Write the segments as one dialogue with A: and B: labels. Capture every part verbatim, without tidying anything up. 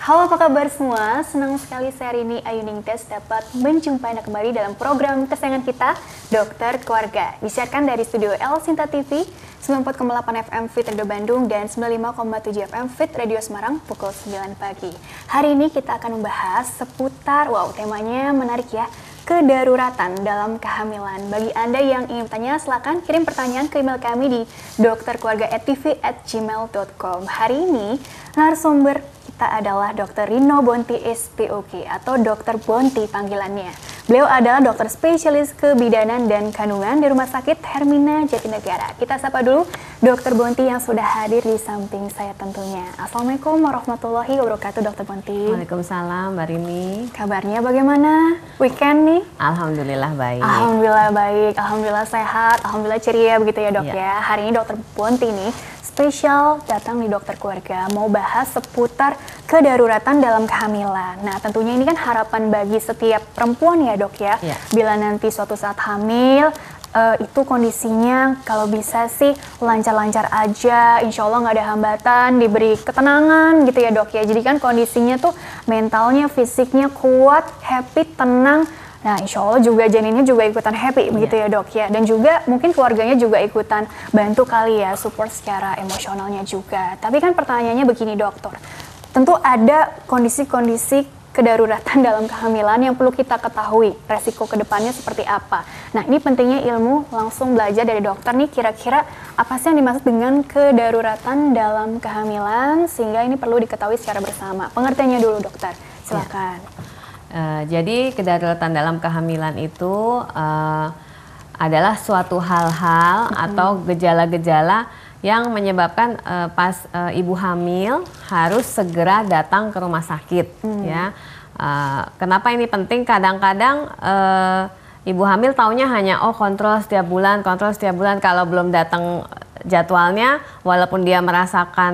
A: Halo, apa kabar semua? Senang sekali saya hari ini Ayu Ningtyas dapat menjumpai Anda kembali dalam program kesayangan kita, Dokter Keluarga. Disiarkan dari studio El Sinta T V, sembilan puluh empat koma delapan F M Fit Radio Bandung dan sembilan puluh lima koma tujuh F M Fit Radio Semarang pukul sembilan pagi. Hari ini kita akan membahas seputar, wow temanya menarik ya, kedaruratan dalam kehamilan. Bagi Anda yang ingin bertanya, silakan kirim pertanyaan ke email kami di dokterkeluarga at t v at gmail dot com. Hari ini narasumber kita adalah dokter Rino Bonti S P O K atau dokter Bonti panggilannya. Beliau adalah dokter spesialis kebidanan dan kandungan di Rumah Sakit Hermina Jatinegara. Kita sapa dulu dokter Bonti yang sudah hadir di samping saya tentunya. Assalamualaikum warahmatullahi wabarakatuh, dokter Bonti.
B: Waalaikumsalam, Mbak Rini.
A: Kabarnya bagaimana? Weekend nih?
B: Alhamdulillah baik.
A: Alhamdulillah baik, alhamdulillah sehat, alhamdulillah ceria begitu ya dok ya. ya. Hari ini dokter Bonti nih spesial datang di Dokter Keluarga mau bahas seputar kedaruratan dalam kehamilan. Nah tentunya ini kan harapan bagi setiap perempuan ya dok ya. ya. Bila nanti suatu saat hamil, uh, itu kondisinya kalau bisa sih lancar-lancar aja, insya Allah nggak ada hambatan, diberi ketenangan gitu ya dok ya. Jadi kan kondisinya tuh mentalnya, fisiknya kuat, happy, tenang. Nah, insya Allah juga janinnya juga ikutan happy, begitu ya dok ya. Dan juga mungkin keluarganya juga ikutan bantu kali ya, support secara emosionalnya juga. Tapi kan pertanyaannya begini dokter, tentu ada kondisi-kondisi kedaruratan dalam kehamilan yang perlu kita ketahui, resiko kedepannya seperti apa. Nah, ini pentingnya ilmu, langsung belajar dari dokter nih, kira-kira apa sih yang dimaksud dengan kedaruratan dalam kehamilan, sehingga ini perlu diketahui secara bersama. Pengertiannya dulu dokter, silakan. Ya.
B: Uh, jadi kedaruratan dalam kehamilan itu uh, adalah suatu hal-hal mm-hmm. atau gejala-gejala yang menyebabkan uh, pas uh, ibu hamil harus segera datang ke rumah sakit. Mm. Ya, uh, kenapa ini penting? Kadang-kadang uh, ibu hamil taunya hanya oh kontrol setiap bulan, kontrol setiap bulan. Kalau belum datang jadwalnya, walaupun dia merasakan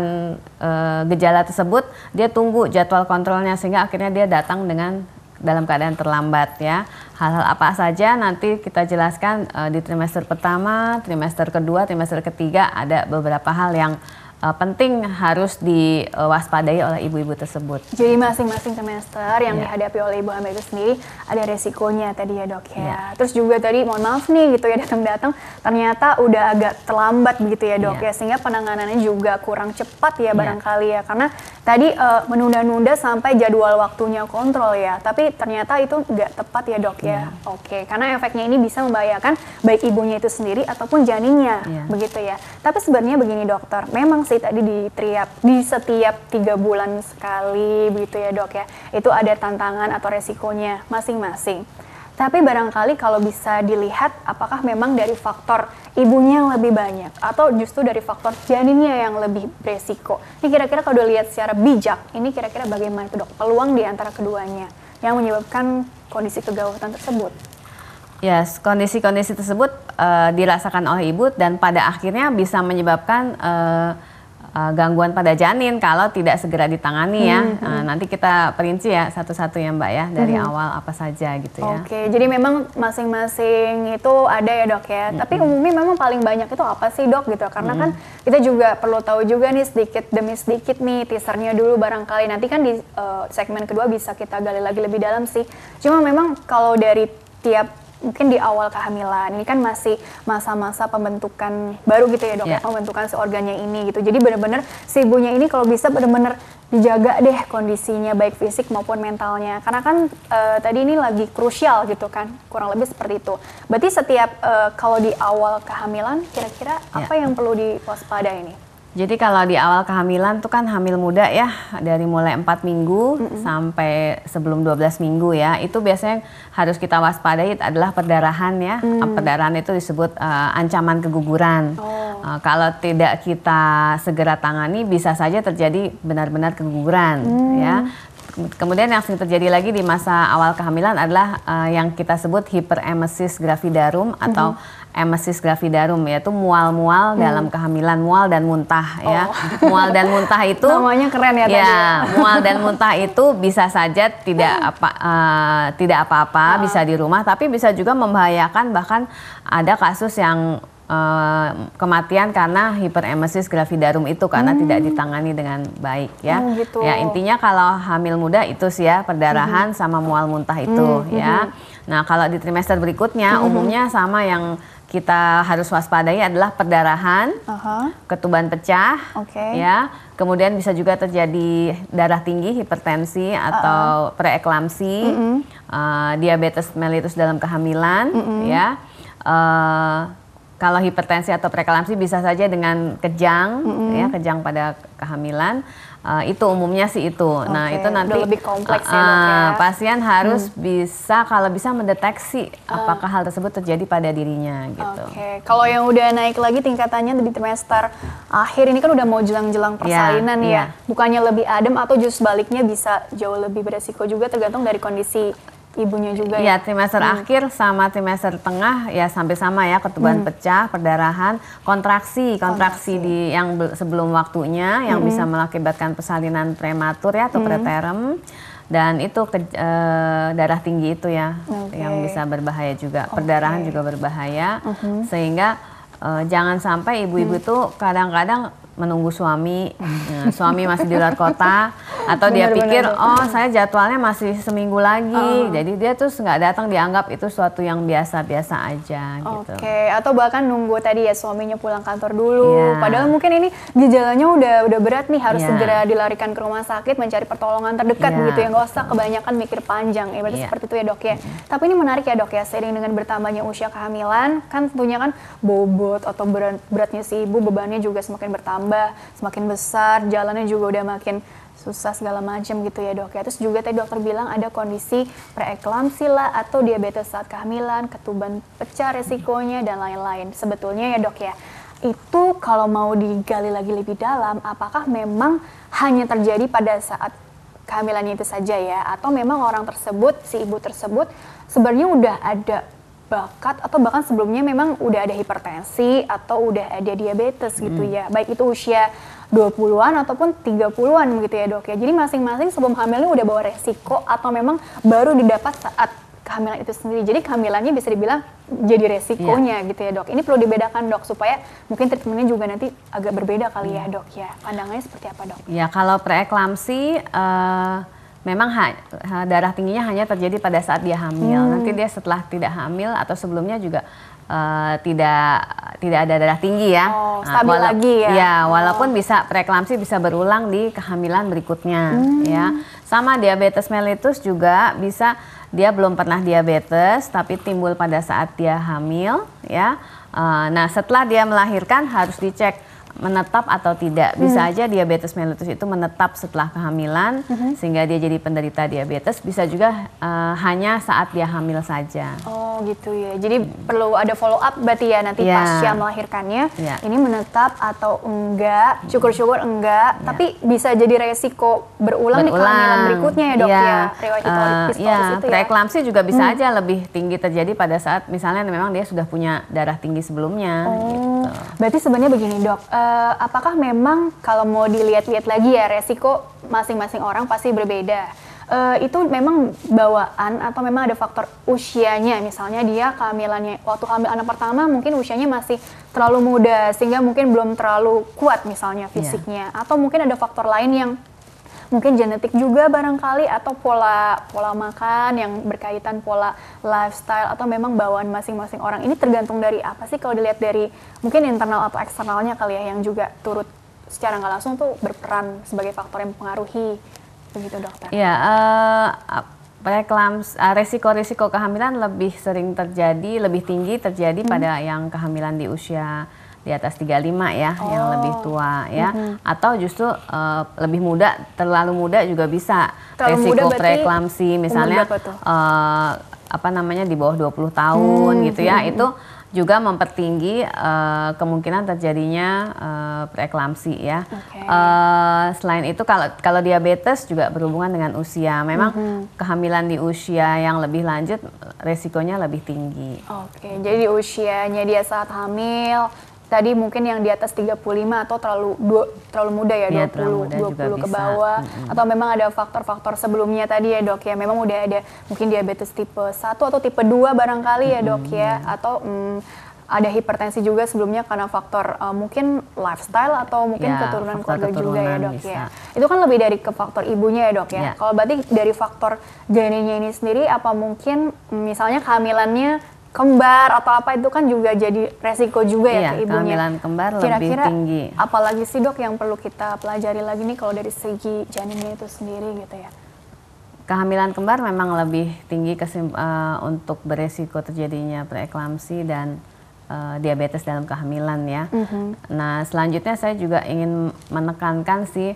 B: uh, gejala tersebut, dia tunggu jadwal kontrolnya sehingga akhirnya dia datang dengan dalam keadaan terlambat ya. Hal-hal apa saja nanti kita jelaskan uh, di trimester pertama, trimester kedua, trimester ketiga ada beberapa hal yang uh, penting harus diwaspadai oleh ibu-ibu tersebut.
A: Jadi masing-masing trimester yang yeah. dihadapi oleh ibu hamil itu sendiri ada resikonya tadi ya dok ya. Yeah. Terus juga tadi mohon maaf nih gitu ya datang-datang ternyata udah agak terlambat begitu ya dok yeah. ya, sehingga penanganannya juga kurang cepat ya barangkali yeah. ya, karena tadi uh, menunda-nunda sampai jadwal waktunya kontrol ya, tapi ternyata itu nggak tepat ya dok ya. Yeah. Oke, karena efeknya ini bisa membahayakan baik ibunya itu sendiri ataupun janinnya yeah. begitu ya. Tapi sebenarnya begini dokter, memang sih tadi di tiap di setiap tiga bulan sekali begitu ya dok ya, itu ada tantangan atau resikonya masing-masing. Tapi barangkali kalau bisa dilihat apakah memang dari faktor ibunya yang lebih banyak atau justru dari faktor janinnya yang lebih beresiko. Ini kira-kira kalau dilihat secara bijak, ini kira-kira bagaimana tuh dok peluang di antara keduanya yang menyebabkan kondisi kegawatan tersebut?
B: Yes, kondisi-kondisi tersebut uh, dirasakan oleh ibu dan pada akhirnya bisa menyebabkan uh, Uh, gangguan pada janin kalau tidak segera ditangani ya. Hmm, hmm. Uh, nanti kita perinci ya satu-satu ya Mbak ya dari hmm. awal apa saja gitu ya.
A: Oke, jadi memang masing-masing itu ada ya dok ya. Hmm. Tapi umumnya memang paling banyak itu apa sih dok gitu? Karena hmm. kan kita juga perlu tahu juga nih sedikit demi sedikit nih teasernya dulu barangkali. Nanti kan di uh, segmen kedua bisa kita gali lagi lebih dalam sih. Cuma memang kalau dari tiap mungkin di awal kehamilan ini kan masih masa-masa pembentukan baru gitu ya dok yeah. ya, pembentukan si organnya ini gitu. Jadi benar-benar si ibunya ini kalau bisa benar-benar dijaga deh kondisinya baik fisik maupun mentalnya, karena kan uh, tadi ini lagi krusial gitu kan, kurang lebih seperti itu. Berarti setiap uh, kalau di awal kehamilan kira-kira yeah. apa yang perlu diwaspadai ini?
B: Jadi kalau di awal kehamilan tuh kan hamil muda ya, dari mulai empat minggu mm-hmm. sampai sebelum dua belas minggu ya, itu biasanya harus kita waspadai adalah perdarahan ya. Mm. Perdarahan itu disebut uh, ancaman keguguran. Oh. Uh, kalau tidak kita segera tangani bisa saja terjadi benar-benar keguguran mm. ya. Kemudian yang sering terjadi lagi di masa awal kehamilan adalah uh, yang kita sebut hiperemesis gravidarum mm-hmm. atau emesis gravidarum, yaitu mual-mual hmm. dalam kehamilan, mual dan muntah oh. ya. Mual dan muntah itu
A: namanya keren ya, ya tadi.
B: Mual dan muntah itu bisa saja tidak apa uh, tidak apa-apa, oh. bisa di rumah, tapi bisa juga membahayakan, bahkan ada kasus yang Uh, kematian karena hiperemesis gravidarum itu karena hmm. tidak ditangani dengan baik ya.
A: Oh, gitu.
B: Ya intinya kalau hamil muda itu sih ya perdarahan hmm. sama mual muntah itu hmm. ya. Nah kalau di trimester berikutnya hmm. umumnya sama yang kita harus waspadai adalah perdarahan, uh-huh. ketuban pecah,
A: okay.
B: ya. Kemudian bisa juga terjadi darah tinggi, hipertensi atau uh-uh. preeklamsi, uh-uh. uh, diabetes mellitus dalam kehamilan, uh-uh. ya. Uh, Kalau hipertensi atau preeklamsi bisa saja dengan kejang, mm-hmm. ya kejang pada kehamilan, uh, itu umumnya sih itu. Okay. Nah itu nanti
A: udah lebih kompleks
B: uh,
A: ya, dok, ya.
B: Pasien harus hmm. bisa kalau bisa mendeteksi uh. apakah hal tersebut terjadi pada dirinya gitu.
A: Oke, okay. Kalau yang udah naik lagi tingkatannya di trimester akhir ini kan udah mau jelang-jelang persalinan
B: yeah,
A: ya,
B: yeah.
A: bukannya lebih adem atau justru sebaliknya bisa jauh lebih beresiko juga tergantung dari kondisi ibunya juga
B: ya.
A: Ya,
B: trimester hmm. akhir sama trimester tengah ya sampai sama ya, ketuban hmm. pecah, perdarahan, kontraksi, kontraksi, kontraksi di yang sebelum waktunya yang hmm. bisa mengakibatkan persalinan prematur ya atau hmm. preterm, dan itu ke, e, darah tinggi itu ya okay. yang bisa berbahaya juga, okay. perdarahan juga berbahaya, uh-huh. sehingga e, jangan sampai ibu-ibu hmm. tuh kadang-kadang menunggu suami, nah, suami masih di luar kota, atau dia pikir oh saya jadwalnya masih seminggu lagi, uh. jadi dia terus nggak datang, dianggap itu suatu yang biasa-biasa aja gitu.
A: Oke, okay. Atau bahkan nunggu tadi ya suaminya pulang kantor dulu,
B: yeah.
A: padahal mungkin ini gejalanya udah udah berat nih, harus
B: yeah.
A: segera dilarikan ke rumah sakit mencari pertolongan terdekat yeah. begitu ya, nggak usah kebanyakan mikir panjang, ya berarti yeah. seperti itu ya dok ya. Mm-hmm. Tapi ini menarik ya dok ya, seiring dengan bertambahnya usia kehamilan, kan tentunya kan bobot atau berat, beratnya si ibu, bebannya juga semakin bertambah, semakin besar, jalannya juga udah makin susah segala macam gitu ya dok ya. Terus juga tadi dokter bilang ada kondisi preeklamsi lah atau diabetes saat kehamilan, ketuban pecah resikonya dan lain-lain. Sebetulnya ya dok ya, itu kalau mau digali lagi lebih dalam, apakah memang hanya terjadi pada saat kehamilannya itu saja ya, atau memang orang tersebut, si ibu tersebut sebenarnya udah ada bakat atau bahkan sebelumnya memang udah ada hipertensi atau udah ada diabetes hmm. gitu ya, baik itu usia dua puluhan ataupun tiga puluhan gitu ya dok ya. Jadi masing-masing sebelum hamilnya udah bawa resiko atau memang baru didapat saat kehamilan itu sendiri. Jadi kehamilannya bisa dibilang jadi resikonya yeah. gitu ya dok. Ini perlu dibedakan dok supaya mungkin treatmentnya juga nanti agak berbeda kali ya dok ya. Pandangannya seperti apa dok?
B: Ya kalau preeklamsi uh... memang ha, ha, darah tingginya hanya terjadi pada saat dia hamil. Hmm. Nanti dia setelah tidak hamil atau sebelumnya juga uh, tidak tidak ada darah tinggi ya.
A: Oh, stabil nah, lagi ya.
B: Ya, walaupun oh. bisa preeklamsi bisa berulang di kehamilan berikutnya hmm. ya. Sama diabetes mellitus juga bisa, dia belum pernah diabetes tapi timbul pada saat dia hamil ya. Uh, nah, setelah dia melahirkan harus dicek menetap atau tidak. Bisa hmm. aja diabetes mellitus itu menetap setelah kehamilan hmm. sehingga dia jadi penderita diabetes. Bisa juga uh, hanya saat dia hamil saja.
A: Oh gitu ya. Jadi hmm. perlu ada follow up berarti ya nanti yeah. pasca melahirkannya yeah. ini menetap atau enggak. Syukur-syukur enggak. Yeah. Tapi bisa jadi resiko berulang, berulang. di kehamilan berikutnya ya dok yeah. ya. Riwayat
B: uh, ya. Preeklamsi juga bisa hmm. aja lebih tinggi terjadi pada saat misalnya memang dia sudah punya darah tinggi sebelumnya.
A: Oh.
B: Gitu.
A: Berarti sebenarnya begini dok. Uh, apakah memang kalau mau dilihat-lihat lagi ya resiko masing-masing orang pasti berbeda. Uh, itu memang bawaan atau memang ada faktor usianya, misalnya dia kehamilannya waktu hamil anak pertama mungkin usianya masih terlalu muda sehingga mungkin belum terlalu kuat misalnya fisiknya, yeah. atau mungkin ada faktor lain yang mungkin genetik juga barangkali atau pola pola makan yang berkaitan pola lifestyle atau memang bawaan masing-masing orang. Ini tergantung dari apa sih kalau dilihat dari mungkin internal atau eksternalnya kali ya yang juga turut secara nggak langsung tuh berperan sebagai faktor yang mempengaruhi begitu dokter.
B: Ya, uh, preeklams, uh, resiko-resiko kehamilan lebih sering terjadi, lebih tinggi terjadi hmm. pada yang kehamilan di usia di atas tiga puluh lima ya, oh. yang lebih tua ya, mm-hmm. atau justru uh, lebih muda, terlalu muda juga bisa. Terlalu resiko preeklamsi misalnya uh, apa namanya di bawah dua puluh tahun hmm. gitu ya, hmm. itu juga mempertinggi uh, kemungkinan terjadinya uh, preeklamsi ya. Okay. Uh, selain itu kalau kalau diabetes juga berhubungan dengan usia. Memang mm-hmm. kehamilan di usia yang lebih lanjut resikonya lebih tinggi.
A: Oke, okay. Jadi usianya dia saat hamil tadi mungkin yang di atas tiga puluh lima atau terlalu dua, terlalu muda ya,
B: ya
A: dua puluh, dua puluh ke bawah mm-hmm. atau memang ada faktor-faktor sebelumnya tadi ya dok ya, memang udah ada mungkin diabetes tipe satu atau tipe dua barangkali ya dok mm-hmm. ya, atau mm, ada hipertensi juga sebelumnya karena faktor uh, mungkin lifestyle atau mungkin
B: ya,
A: keturunan
B: faktor
A: keluarga juga ya dok
B: bisa.
A: ya. Itu kan lebih dari ke faktor ibunya ya dok ya.
B: ya.
A: Kalau berarti dari faktor janinnya ini sendiri, apa mungkin misalnya kehamilannya kembar atau apa itu kan juga jadi resiko juga ya
B: iya,
A: ke ibunya.
B: Kehamilan kembar
A: Kira-kira
B: lebih tinggi.
A: Apalagi sih dok yang perlu kita pelajari lagi nih kalau dari segi janinnya itu sendiri gitu ya?
B: Kehamilan kembar memang lebih tinggi kesim, uh, untuk beresiko terjadinya preeklamsi dan uh, diabetes dalam kehamilan ya. Mm-hmm. Nah selanjutnya saya juga ingin menekankan sih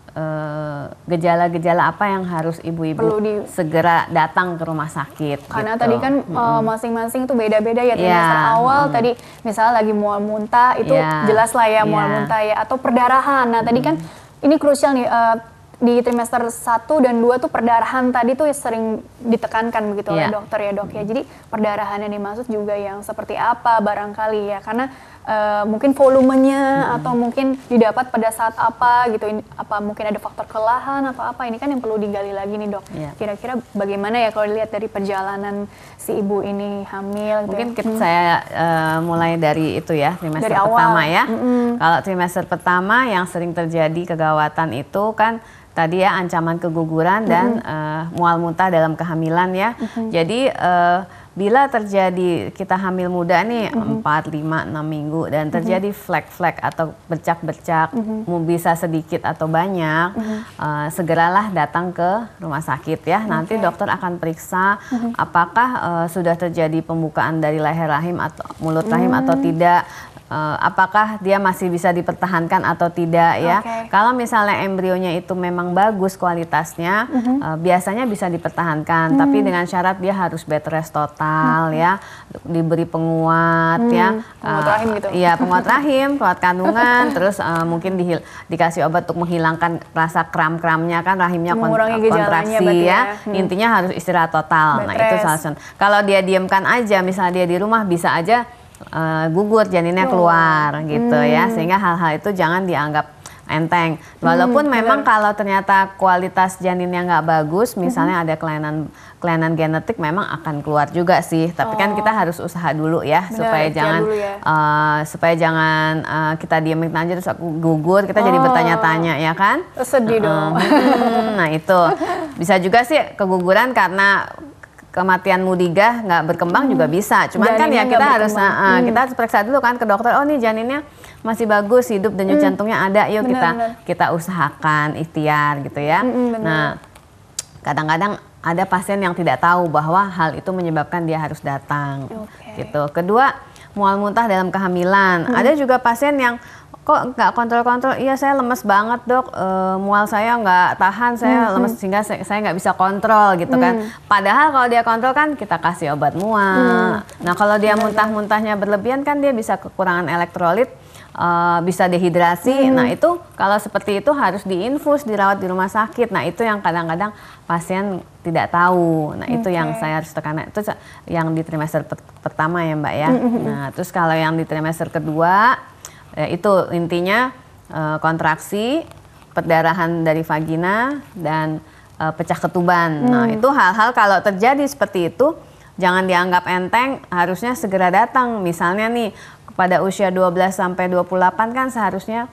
B: uh, gejala-gejala apa yang harus ibu-ibu di... segera datang ke rumah sakit.
A: Karena
B: gitu.
A: tadi kan mm-hmm. uh, masing-masing tuh beda-beda ya trimester yeah. awal mm-hmm. tadi misalnya lagi mual muntah itu yeah. jelas lah ya mual yeah. muntah ya atau perdarahan. Nah mm-hmm. tadi kan ini krusial nih. Uh, di trimester satu dan dua tuh perdarahan tadi tuh sering ditekankan begitu yeah. oleh dokter ya dok ya. Jadi perdarahan yang dimaksud juga yang seperti apa barangkali ya, karena uh, mungkin volumenya hmm. atau mungkin didapat pada saat apa gitu, ini, apa mungkin ada faktor kelelahan atau apa, ini kan yang perlu digali lagi nih dok. Yeah. Kira-kira bagaimana ya kalau dilihat dari perjalanan si ibu ini hamil?
B: Mungkin
A: gitu.
B: hmm. saya uh, mulai dari itu ya, trimester
A: dari
B: pertama
A: awal.
B: ya.
A: Mm-hmm.
B: Kalau trimester pertama yang sering terjadi kegawatan itu kan tadi ya ancaman keguguran dan mm-hmm. uh, mual muntah dalam kehamilan ya. Mm-hmm. Jadi uh, bila terjadi kita hamil muda nih mm-hmm. empat, lima, enam minggu dan terjadi mm-hmm. flek-flek atau bercak-bercak, mm-hmm. mau bisa sedikit atau banyak, mm-hmm. uh, segeralah datang ke rumah sakit ya. Okay. Nanti dokter akan periksa mm-hmm. apakah uh, sudah terjadi pembukaan dari leher rahim atau mulut rahim mm-hmm. atau tidak. Uh, apakah dia masih bisa dipertahankan atau tidak ya. Okay. Kalau misalnya embrionya itu memang bagus kualitasnya, mm-hmm. uh, biasanya bisa dipertahankan, mm. tapi dengan syarat dia harus bed rest total mm. ya, diberi penguat mm. ya.
A: Penguat uh, rahim gitu.
B: Iya, penguat rahim, penguat kandungan, terus uh, mungkin di, dikasih obat untuk menghilangkan rasa kram-kramnya kan rahimnya kont- kontraksi ya. ya. Hmm. Intinya harus istirahat total. Bed nah, rest. Itu salah satu. Kalau dia diamkan aja, misalnya dia di rumah bisa aja Uh, gugur janinnya oh. keluar gitu hmm. ya, sehingga hal-hal itu jangan dianggap enteng. Walaupun hmm, memang bener. Kalau ternyata kualitas janinnya nggak bagus, misalnya hmm. ada kelainan kelainan genetik, memang akan keluar juga sih. Tapi oh. kan kita harus usaha dulu ya, bener, supaya jangan ya. uh, supaya jangan uh, kita diemin aja terus aku gugur, kita oh. jadi bertanya-tanya ya kan?
A: Sedih uh, dong.
B: Hmm, nah itu bisa juga sih keguguran karena kematian mudigah nggak berkembang hmm. juga bisa. Cuman janinnya kan ya kita harus uh, hmm. kita harus periksa dulu kan ke dokter. Oh nih janinnya masih bagus, hidup denyut hmm. jantungnya ada. Yuk bener, kita bener. kita usahakan ikhtiar gitu ya. Hmm, nah kadang-kadang ada pasien yang tidak tahu bahwa hal itu menyebabkan dia harus datang. Okay. Gitu. Kedua, mual muntah dalam kehamilan. Hmm. Ada juga pasien yang kok nggak kontrol-kontrol, iya saya lemes banget dok, e, mual saya nggak tahan, saya hmm, lemes hmm. sehingga saya, saya nggak bisa kontrol gitu hmm. kan. Padahal kalau dia kontrol kan kita kasih obat mual. Hmm. Nah kalau dia muntah-muntahnya berlebihan kan dia bisa kekurangan elektrolit, e, bisa dehidrasi. Hmm. Nah itu kalau seperti itu harus diinfus, dirawat di rumah sakit. Nah itu yang kadang-kadang pasien tidak tahu. Nah itu okay. yang saya harus tekan. Itu yang di trimester pertama ya mbak ya. Hmm. Nah terus kalau yang di trimester kedua, ya itu intinya uh, kontraksi, perdarahan dari vagina, dan uh, pecah ketuban. Hmm. Nah itu hal-hal kalau terjadi seperti itu jangan dianggap enteng, harusnya segera datang. Misalnya nih pada usia dua belas sampai dua puluh delapan kan seharusnya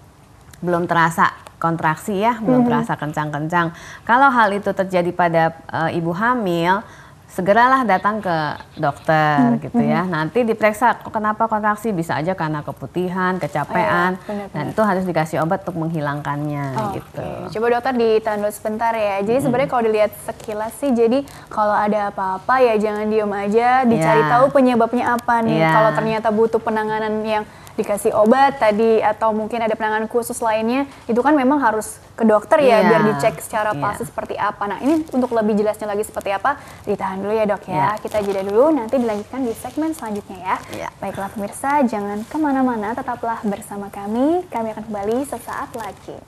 B: belum terasa kontraksi ya, belum hmm. terasa kencang-kencang. Kalau hal itu terjadi pada uh, ibu hamil, segeralah datang ke dokter hmm, gitu hmm. ya. Nanti diperiksa kok kenapa kontraksi, bisa aja karena keputihan, kecapean, oh, iya, dan itu harus dikasih obat untuk menghilangkannya oh, gitu.
A: Okay. Coba dokter ditahan dulu sebentar ya. Jadi hmm. sebenarnya kalau dilihat sekilas sih, jadi kalau ada apa-apa ya jangan diem aja, dicari yeah. tahu penyebabnya apa nih. Yeah. Kalau ternyata butuh penanganan yang dikasih obat tadi atau mungkin ada penanganan khusus lainnya, itu kan memang harus ke dokter ya, yeah. biar dicek secara pasti yeah. seperti apa. Nah ini untuk lebih jelasnya lagi seperti apa, ditahan dulu ya dok ya. Yeah. Kita jeda dulu, nanti dilanjutkan di segmen selanjutnya ya. Yeah. Baiklah pemirsa, jangan kemana-mana, tetaplah bersama kami. Kami akan kembali sesaat lagi.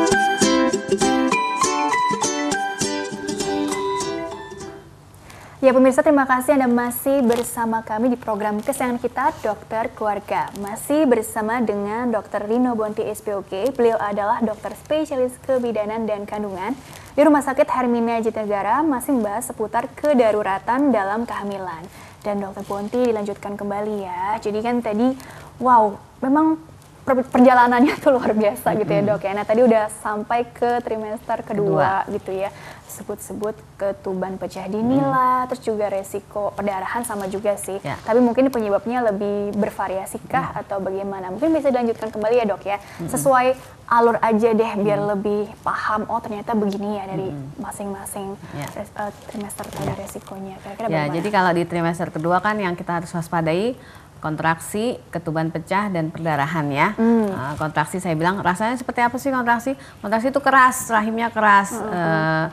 A: Ya Ya pemirsa, terima kasih Anda masih bersama kami di program kesayangan kita, Dokter Keluarga. Masih bersama dengan Dokter Rino Bonti S P O G. Beliau adalah dokter spesialis kebidanan dan kandungan di Rumah Sakit Hermina Jatinegara, masih membahas seputar kedaruratan dalam kehamilan. Dan Dokter Bonti dilanjutkan kembali ya. Jadi kan tadi, wow, memang perjalanannya tuh luar biasa gitu ya dok ya. Nah tadi udah sampai ke trimester kedua, kedua. gitu ya. Sebut-sebut ketuban pecah dini lah, hmm. terus juga resiko perdarahan sama juga sih. Ya. Tapi mungkin penyebabnya lebih bervariasi kah hmm. atau bagaimana? Mungkin bisa dilanjutkan kembali ya dok ya. Hmm. Sesuai alur aja deh biar hmm. lebih paham, oh ternyata begini ya dari masing-masing hmm. ya. res, uh, trimester tadi ya. resikonya. Kira-kira
B: ya, jadi kalau di trimester kedua kan yang kita harus waspadai kontraksi, ketuban pecah, dan perdarahan ya. Hmm. Uh, kontraksi saya bilang rasanya seperti apa sih kontraksi? Kontraksi itu keras, rahimnya keras. Hmm. Uh,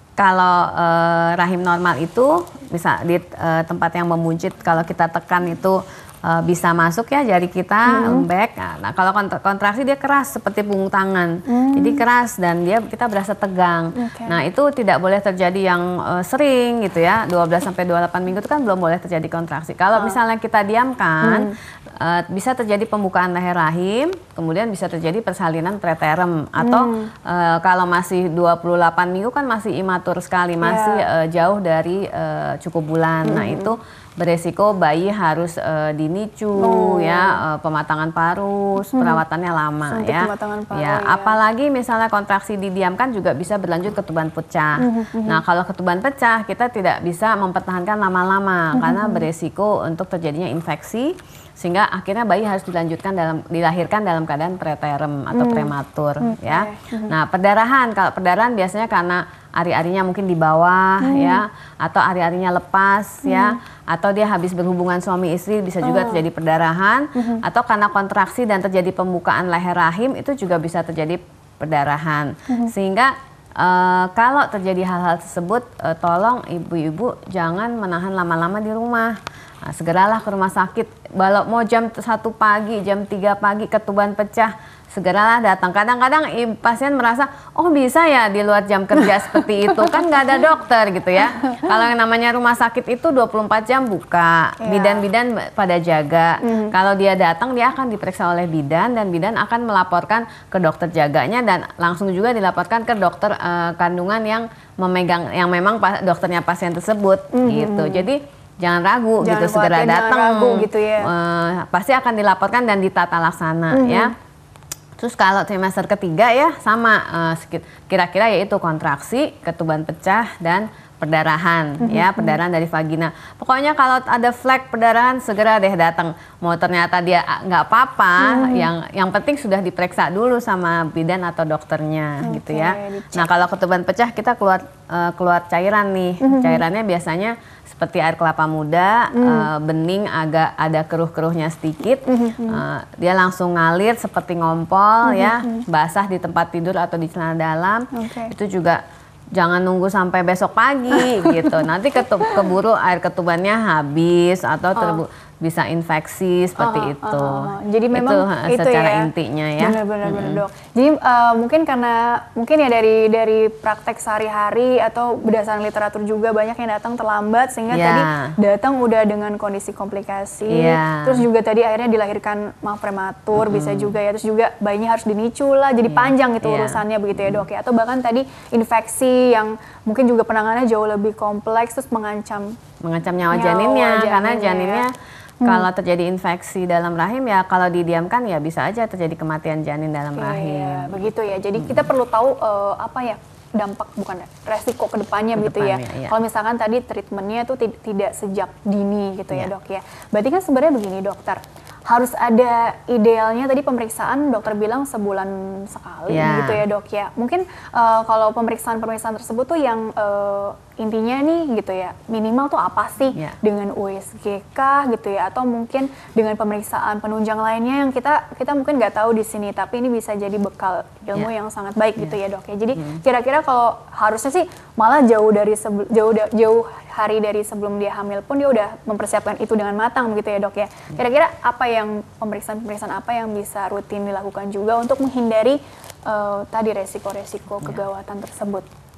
B: kalau uh, rahim normal itu bisa di uh, tempat yang membuncit, kalau kita tekan itu uh, bisa masuk ya jari kita, hmm. lembek. Nah, kalau kontraksi dia keras seperti punggung tangan, hmm. jadi keras dan dia kita berasa tegang. Okay. Nah itu tidak boleh terjadi yang uh, sering gitu ya, dua belas sampai dua puluh delapan minggu itu kan belum boleh terjadi kontraksi. Kalau oh. misalnya kita diamkan, hmm. uh, bisa terjadi pembukaan leher rahim, kemudian bisa terjadi persalinan preterm atau hmm. uh, kalau masih dua puluh delapan minggu kan masih imatur sekali, masih yeah. uh, jauh dari uh, cukup bulan. Hmm. Nah itu beresiko bayi harus uh, dinicu oh. ya, uh, pematangan parus, hmm. perawatannya lama Sampai ya.
A: Paru,
B: ya. Ya, apalagi misalnya kontraksi didiamkan juga bisa berlanjut ketuban pecah. Hmm. Nah, kalau ketuban pecah kita tidak bisa mempertahankan lama-lama hmm. karena beresiko untuk terjadinya infeksi sehingga akhirnya bayi harus dilanjutkan dalam dilahirkan dalam keadaan preterm atau hmm. prematur okay. ya. Hmm. Nah, perdarahan, kalau perdarahan biasanya karena ari-arinya mungkin di bawah hmm. ya, atau ari-arinya lepas hmm. ya, atau dia habis berhubungan suami istri bisa juga oh. terjadi perdarahan, hmm. atau karena kontraksi dan terjadi pembukaan leher rahim itu juga bisa terjadi perdarahan. Hmm. Sehingga uh, kalau terjadi hal-hal tersebut, uh, tolong ibu-ibu jangan menahan lama-lama di rumah. Nah, segeralah ke rumah sakit. Kalau mau jam satu pagi, jam tiga pagi ketuban pecah, segeralah datang. Kadang-kadang pasien merasa, oh bisa ya di luar jam kerja seperti itu, kan nggak ada dokter gitu ya. Kalau yang namanya rumah sakit itu dua puluh empat jam buka, bidan-bidan pada jaga. Mm. Kalau dia datang, dia akan diperiksa oleh bidan dan bidan akan melaporkan ke dokter jaganya dan langsung juga dilaporkan ke dokter uh, kandungan yang memegang, yang memang pa, dokternya pasien tersebut mm. gitu. Jadi jangan ragu jangan gitu, segera datang.
A: Gitu ya.
B: uh, pasti akan dilaporkan dan ditata laksana mm-hmm. ya. Terus kalau trimester ketiga ya sama, uh, kira-kira yaitu kontraksi, ketuban pecah, dan perdarahan mm-hmm. ya, perdarahan dari vagina. Pokoknya kalau ada flek perdarahan segera deh datang. Mau ternyata dia nggak apa-apa, mm-hmm. yang yang penting sudah diperiksa dulu sama bidan atau dokternya okay, gitu ya. Dicek. Nah kalau ketuban pecah kita keluar uh, keluar cairan nih, mm-hmm. cairannya biasanya seperti air kelapa muda, mm. uh, bening, agak ada keruh-keruhnya sedikit, mm-hmm. uh, dia langsung ngalir seperti ngompol mm-hmm. ya, basah di tempat tidur atau di celana dalam. Okay. Itu juga jangan nunggu sampai besok pagi gitu. Nanti ketub, keburu air ketubannya habis atau terbu, oh. bisa infeksi seperti oh, itu. Oh, oh. Jadi memang itu, itu secara ya, intinya ya.
A: Benar-benar hmm. dok. Jadi uh, mungkin karena mungkin ya dari dari praktek sehari-hari atau berdasarkan literatur juga banyak yang datang terlambat sehingga yeah. tadi datang udah dengan kondisi komplikasi. Yeah. Terus juga tadi akhirnya dilahirkan maaf prematur hmm. bisa juga ya. Terus juga bayinya harus dinicu lah. Jadi yeah. panjang itu yeah. urusannya begitu ya dok ya. Atau bahkan tadi infeksi yang mungkin juga penanganannya jauh lebih kompleks terus mengancam
B: mengancam nyawa, nyawa janinnya, janinnya karena janinnya ya. Hmm. Kalau terjadi infeksi dalam rahim ya kalau didiamkan ya bisa aja terjadi kematian janin dalam Oke, rahim.
A: Ya, begitu ya. Jadi hmm. kita perlu tahu uh, apa ya dampak bukan resiko kedepannya gitu ya. ya. Kalau misalkan tadi treatmentnya itu tidak sejak dini gitu ya, ya dok ya. Berarti kan sebenarnya begini dokter. Harus ada idealnya tadi pemeriksaan dokter bilang sebulan sekali ya. gitu ya dok ya. Mungkin uh, kalau pemeriksaan-pemeriksaan tersebut tuh yang uh, intinya nih gitu ya minimal tuh apa sih ya. dengan U S G kah gitu ya atau mungkin dengan pemeriksaan penunjang lainnya yang kita kita mungkin nggak tahu di sini tapi ini bisa jadi bekal ilmu ya. yang sangat baik ya. gitu ya dok ya. Jadi hmm. kira-kira kalau harusnya sih malah jauh dari sebel, jauh jauh hari dari sebelum dia hamil pun dia udah mempersiapkan itu dengan matang begitu ya dok ya. Kira-kira apa yang pemeriksaan-pemeriksaan apa yang bisa rutin dilakukan juga untuk menghindari uh, tadi resiko-resiko ya. kegawatan tersebut?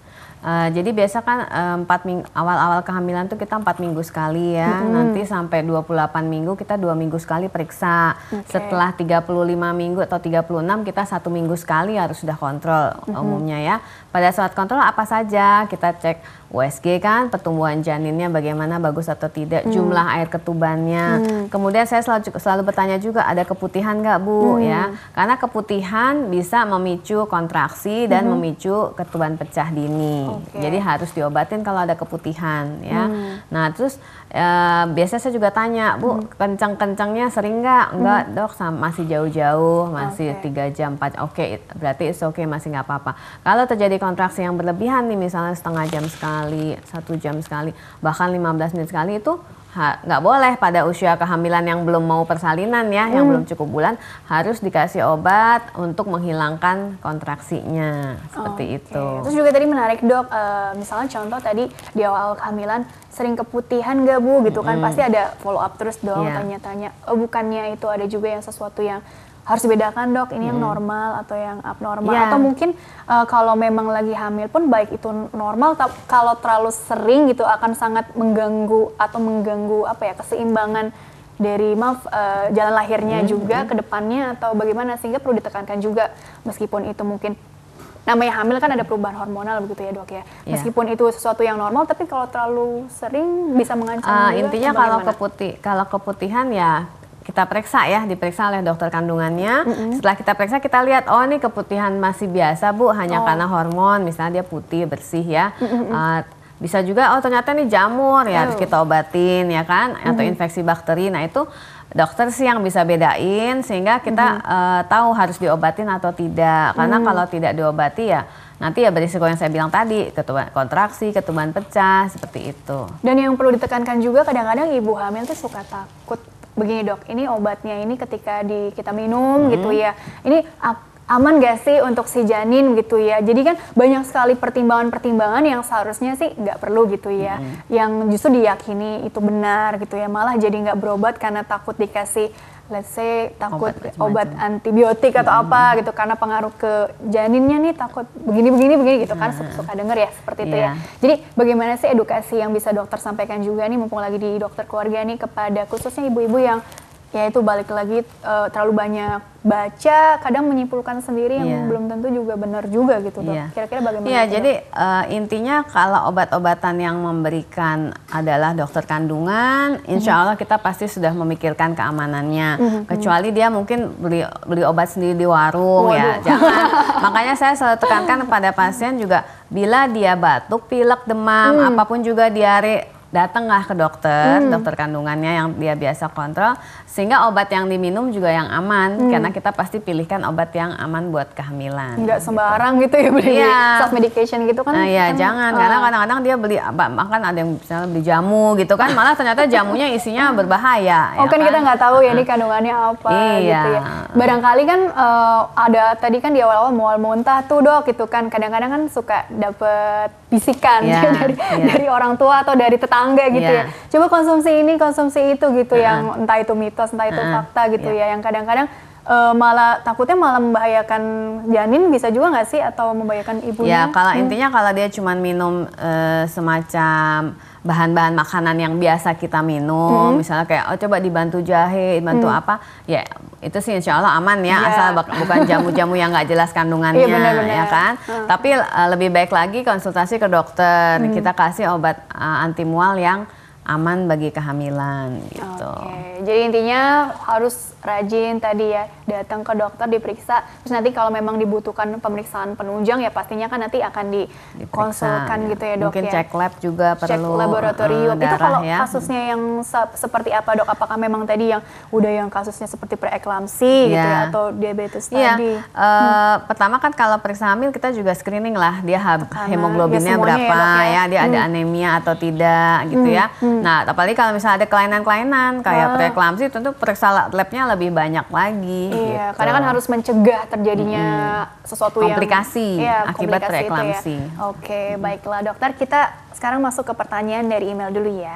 B: Uh, jadi biasa kan uh, empat minggu awal-awal kehamilan tuh kita empat minggu sekali ya, mm-hmm. nanti sampai dua puluh delapan minggu kita dua minggu sekali periksa. Okay. Setelah tiga puluh lima minggu atau tiga puluh enam kita satu minggu sekali harus sudah kontrol mm-hmm. umumnya ya. Pada saat kontrol apa saja kita cek U S G kan, pertumbuhan janinnya bagaimana, bagus atau tidak, mm. jumlah air ketubannya. Mm. Kemudian saya selalu selalu bertanya juga ada keputihan nggak Bu mm. ya, karena keputihan bisa memicu kontraksi dan mm-hmm. memicu ketuban pecah dini. Okay. Jadi harus diobatin kalau ada keputihan ya. Hmm. Nah terus e, biasanya saya juga tanya, Bu hmm. kencang-kencangnya sering nggak? Enggak hmm. dok, masih jauh-jauh, masih tiga okay. jam, empat Oke, okay, berarti it's okay, masih nggak apa-apa. Kalau terjadi kontraksi yang berlebihan nih, misalnya setengah jam sekali, satu jam sekali, bahkan lima belas menit sekali itu nggak boleh pada usia kehamilan yang belum mau persalinan ya, hmm. yang belum cukup bulan, harus dikasih obat untuk menghilangkan kontraksinya seperti okay. itu.
A: Terus juga tadi menarik dok, uh, misalnya contoh tadi di awal kehamilan sering keputihan nggak Bu gitu kan, hmm. pasti ada follow up terus dong, yeah. tanya-tanya. Oh bukannya itu ada juga yang sesuatu yang harus dibedakan dok, ini hmm. yang normal atau yang abnormal, yeah. atau mungkin uh, kalau memang lagi hamil pun baik itu normal, tapi kalau terlalu sering gitu akan sangat mengganggu atau mengganggu apa ya keseimbangan dari maaf uh, jalan lahirnya hmm. juga hmm. ke depannya atau bagaimana, sehingga perlu ditekankan juga meskipun itu mungkin namanya hamil kan ada perubahan hormonal begitu ya dok ya, yeah. meskipun itu sesuatu yang normal tapi kalau terlalu sering bisa mengancam
B: uh,
A: juga.
B: Intinya kalau keputih kalau keputihan ya kita periksa ya, diperiksa oleh dokter kandungannya. Mm-hmm. Setelah kita periksa kita lihat, oh ini keputihan masih biasa Bu, hanya oh. karena hormon, misalnya dia putih bersih ya. Mm-hmm. uh, bisa juga oh ternyata ini jamur ya, oh. harus kita obatin ya kan, mm-hmm. atau infeksi bakteri. Nah itu dokter sih yang bisa bedain sehingga kita mm-hmm. uh, tahu harus diobatin atau tidak. Karena mm-hmm. kalau tidak diobati ya nanti ya berisiko yang saya bilang tadi, ketuban kontraksi, ketuban pecah, seperti itu.
A: Dan yang perlu ditekankan juga kadang-kadang ibu hamil tuh suka takut. Begini dok, ini obatnya ini ketika di kita minum hmm. gitu ya, ini aman gak sih untuk si janin gitu ya. Jadi kan banyak sekali pertimbangan-pertimbangan yang seharusnya sih nggak perlu gitu ya, hmm. yang justru diyakini itu benar gitu ya, malah jadi nggak berobat karena takut dikasih let's say takut obat, obat antibiotik atau hmm. apa gitu karena pengaruh ke janinnya nih, takut begini begini begini gitu kan, hmm. suka denger ya seperti itu yeah. ya. Jadi bagaimana sih edukasi yang bisa dokter sampaikan juga nih mumpung lagi di dokter keluarga nih kepada khususnya ibu-ibu yang ya itu balik lagi uh, terlalu banyak baca, kadang menyimpulkan sendiri yang yeah. belum tentu juga benar juga gitu dok. Yeah. Kira-kira bagaimana?
B: Iya, yeah, jadi uh, intinya kalau obat-obatan yang memberikan adalah dokter kandungan, insya Allah kita pasti sudah memikirkan keamanannya. Mm-hmm. Kecuali dia mungkin beli beli obat sendiri di warung. Waduh. Ya, jangan. Makanya saya selalu tekankan kepada pasien juga, bila dia batuk, pilek, demam, mm. apapun juga diare, datanglah ke dokter, hmm. dokter kandungannya yang dia biasa kontrol, sehingga obat yang diminum juga yang aman, hmm. karena kita pasti pilihkan obat yang aman buat kehamilan.
A: Nggak gitu. Sembarang gitu ya beli yeah. self medication gitu kan?
B: Nah, ya
A: kan,
B: jangan,
A: uh,
B: karena kadang-kadang dia beli, bahkan ada yang misalnya beli jamu gitu kan, malah ternyata jamunya isinya berbahaya.
A: Oh ya kan, kan kita nggak tahu ya ini kandungannya apa
B: iya.
A: gitu ya. Barangkali kan uh, ada tadi kan di awal-awal mual muntah tuh dok gitu kan, kadang-kadang kan suka dapet bisikan yeah. dari, yeah. dari orang tua atau dari tetangga gitu yeah. ya. Coba konsumsi ini, konsumsi itu gitu, uh-huh. yang entah itu mitos, entah itu uh-huh. fakta gitu yeah. ya. Yang kadang-kadang uh, malah takutnya malah membahayakan janin, bisa juga nggak sih, atau membahayakan ibunya?
B: Ya kalau
A: hmm.
B: intinya kalau dia cuma minum uh, semacam bahan-bahan makanan yang biasa kita minum, hmm. misalnya kayak oh coba dibantu jahe, dibantu hmm. apa, ya itu sih insya Allah aman ya, yeah. asal bukan jamu-jamu yang nggak jelas kandungannya, yeah, bener, bener. ya kan. Hmm. Tapi uh, lebih baik lagi konsultasi ke dokter, hmm. kita kasih obat uh, anti mual yang aman bagi kehamilan gitu.
A: Oke, jadi intinya harus rajin tadi ya, datang ke dokter diperiksa, terus nanti kalau memang dibutuhkan pemeriksaan penunjang ya pastinya kan nanti akan dikonsulkan gitu ya dok.
B: Mungkin
A: ya.
B: Cek lab juga
A: cek
B: perlu.
A: Laboratorium. Uh, itu kalau
B: ya.
A: kasusnya yang se- seperti apa dok? Apakah memang tadi yang udah yang kasusnya seperti preeklamsi yeah. gitu ya, atau diabetes yeah. tadi? Uh,
B: hmm. Pertama kan kalau periksa hamil kita juga screening lah, dia Karena hemoglobinnya ya berapa ya, ya dia hmm. ada anemia atau tidak gitu hmm. ya. Hmm. Nah, apalagi kalau misalnya ada kelainan-kelainan kayak ah. preeklamsi, tentu periksa labnya lebih banyak lagi.
A: Iya,
B: gitu.
A: karena kan harus mencegah terjadinya hmm. sesuatu
B: komplikasi
A: yang
B: ya, akibat preeklamsi.
A: Ya. Oke, hmm. baiklah dokter, kita sekarang masuk ke pertanyaan dari email dulu ya.
B: ya.
A: Nah,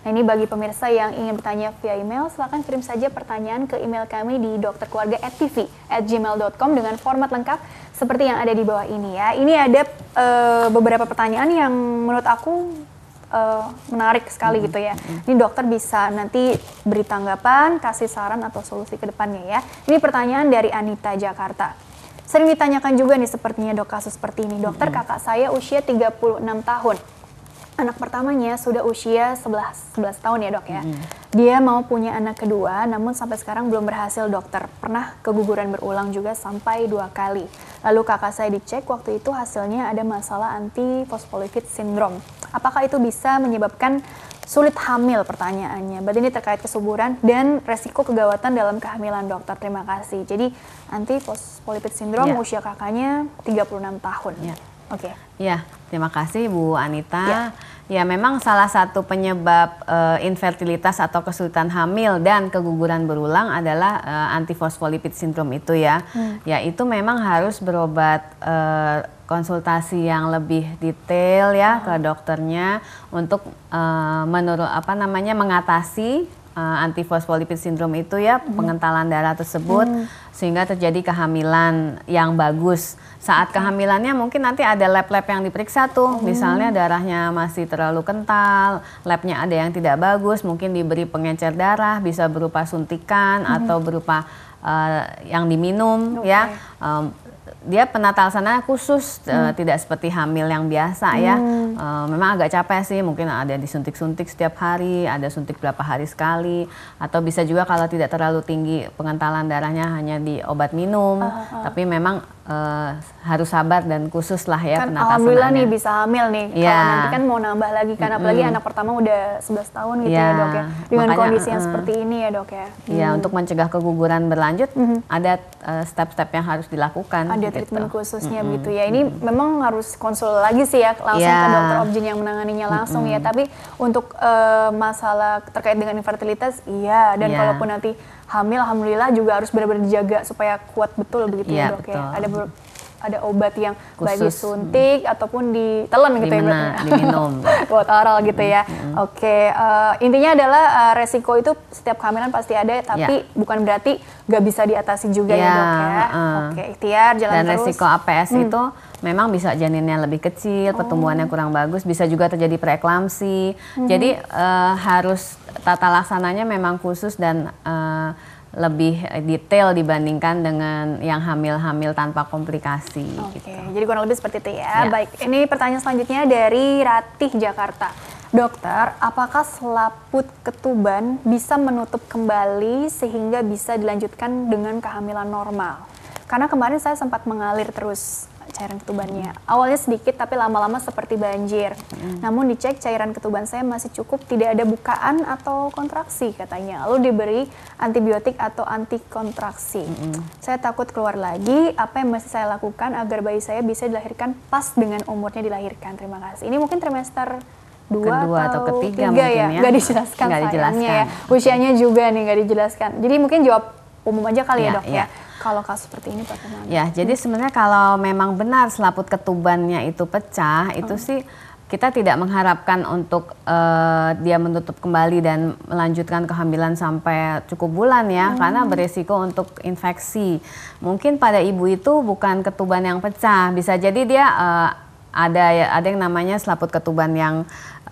A: Nah, ini bagi pemirsa yang ingin bertanya via email, silakan kirim saja pertanyaan ke email kami di dokterkeluarga at t v at gmail dot com dengan format lengkap seperti yang ada di bawah ini ya. Ini ada uh, beberapa pertanyaan yang menurut aku uh, menarik sekali mm-hmm. gitu ya. Ini dokter bisa nanti beri tanggapan, kasih saran atau solusi ke depannya ya. Ini pertanyaan dari Anita Jakarta. Sering ditanyakan juga nih sepertinya dok kasus seperti ini. Dokter, mm-hmm. kakak saya usia tiga puluh enam tahun. Anak pertamanya sudah usia sebelas tahun ya dok ya. Mm. Dia mau punya anak kedua, namun sampai sekarang belum berhasil dokter. Pernah keguguran berulang juga sampai dua kali. Lalu kakak saya dicek, waktu itu hasilnya ada masalah anti-phospholipid syndrome. Apakah itu bisa menyebabkan sulit hamil pertanyaannya? Berarti ini terkait kesuburan dan resiko kegawatan dalam kehamilan dokter. Terima kasih. Jadi anti-phospholipid syndrome yeah. usia kakaknya tiga puluh enam tahun. Yeah. Oke. Okay.
B: Ya, terima kasih Bu Anita. Ya, ya memang salah satu penyebab uh, infertilitas atau kesulitan hamil dan keguguran berulang adalah uh, anti-phospholipid syndrome itu ya. Hmm. Ya, itu memang harus berobat uh, konsultasi yang lebih detail ya hmm. ke dokternya untuk uh, menurut apa namanya mengatasi uh, anti-phospholipid syndrome itu ya, hmm. pengentalan darah tersebut hmm. sehingga terjadi kehamilan yang bagus. Saat kehamilannya mungkin nanti ada lab-lab yang diperiksa tuh, hmm. misalnya darahnya masih terlalu kental, labnya ada yang tidak bagus, mungkin diberi pengencer darah, bisa berupa suntikan hmm. atau berupa uh, yang diminum okay. ya. Um, dia penata laksananya khusus, hmm. uh, tidak seperti hamil yang biasa hmm. ya. Uh, memang agak capek sih, mungkin ada disuntik-suntik setiap hari, ada suntik berapa hari sekali, atau bisa juga kalau tidak terlalu tinggi pengentalan darahnya hanya di obat minum, uh, uh. tapi memang uh, harus sabar dan khusus lah ya
A: kan
B: penata
A: alhamdulillah
B: laksananya.
A: Nih bisa hamil nih, yeah. kalau nanti kan mau nambah lagi kan, mm-hmm. apalagi anak pertama udah sebelas tahun gitu yeah. ya dok ya, dengan makanya, kondisi yang uh, seperti ini ya dok ya.
B: Iya,
A: hmm. untuk
B: mencegah keguguran berlanjut mm-hmm. ada uh, step-step yang harus dilakukan.
A: Ada gitu. Treatment khususnya mm-hmm. gitu ya. Ini mm-hmm. memang harus konsul lagi sih ya langsung yeah. ke dokter obgyn yang menanganinya langsung mm-hmm. ya. Tapi untuk uh, masalah terkait dengan infertilitas, iya. Dan yeah. kalaupun nanti hamil, alhamdulillah juga harus benar-benar dijaga supaya kuat betul begitu yeah, ya dok betul. ya. Ada ber- ada obat yang baik disuntik hmm. ataupun ditelan gitu
B: Dimana,
A: ya
B: diminum
A: buat oral gitu ya. Hmm. Oke, okay. uh, intinya adalah uh, resiko itu setiap kehamilan pasti ada, tapi ya. bukan berarti nggak bisa diatasi juga ya, ya dok ya. Uh. Oke, okay. ikhtiar jalan
B: Dan
A: terus.
B: Dan resiko A P S hmm. itu memang bisa janinnya lebih kecil, pertumbuhannya oh. kurang bagus, bisa juga terjadi preeklamsi. Hmm. Jadi uh, harus tata laksananya memang khusus dan uh, lebih detail dibandingkan dengan yang hamil-hamil tanpa komplikasi.
A: Oke,
B: gitu.
A: Jadi kurang lebih seperti itu ya. ya. Baik, ini pertanyaan selanjutnya dari Ratih Jakarta. Dokter, apakah selaput ketuban bisa menutup kembali sehingga bisa dilanjutkan dengan kehamilan normal? Karena kemarin saya sempat mengalir terus cairan ketubannya. Awalnya sedikit tapi lama-lama seperti banjir. Hmm. Namun dicek cairan ketuban saya masih cukup, tidak ada bukaan atau kontraksi katanya. Lalu diberi antibiotik atau antikontraksi. Hmm. Saya takut keluar lagi. Apa yang masih saya lakukan agar bayi saya bisa dilahirkan pas dengan umurnya dilahirkan? Terima kasih. Ini mungkin trimester dua
B: kedua atau, atau ketiga mungkin
A: ya?
B: ya.
A: Nggak dijelaskan
B: Nggak dijelaskan.
A: ya. Usianya juga nih nggak dijelaskan. Jadi mungkin jawab umum aja kali ya, ya dok ya. ya. Kalau kasus seperti ini bagaimana?
B: Ya, jadi sebenarnya kalau memang benar selaput ketubannya itu pecah, hmm. itu sih kita tidak mengharapkan untuk uh, dia menutup kembali dan melanjutkan kehamilan sampai cukup bulan ya, hmm. karena beresiko untuk infeksi. Mungkin pada ibu itu bukan ketuban yang pecah, bisa jadi dia uh, ada ada yang namanya selaput ketuban yang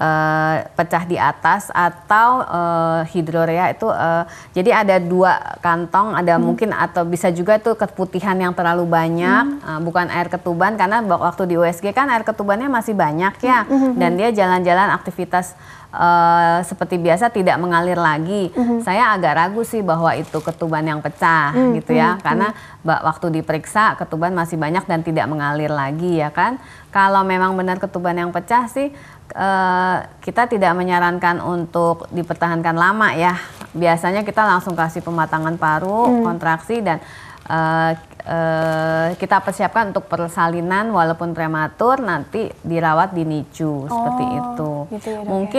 B: Uh, pecah di atas atau uh, hidrorea itu uh, jadi ada dua kantong, ada hmm. mungkin atau bisa juga itu keputihan yang terlalu banyak, hmm. uh, bukan air ketuban karena waktu di U S G kan air ketubannya masih banyak ya, hmm. dan dia jalan-jalan aktivitas uh, seperti biasa tidak mengalir lagi. Hmm. Saya agak ragu sih bahwa itu ketuban yang pecah hmm. gitu ya, hmm. karena hmm. waktu diperiksa ketuban masih banyak dan tidak mengalir lagi ya kan. Kalau memang benar ketuban yang pecah sih Uh, kita tidak menyarankan untuk dipertahankan lama ya. Biasanya kita langsung kasih pematangan paru, hmm. kontraksi dan uh, uh, kita persiapkan untuk persalinan walaupun prematur, nanti dirawat di N I C U oh, seperti itu. Gitu ya, dok, mungkin
A: ya?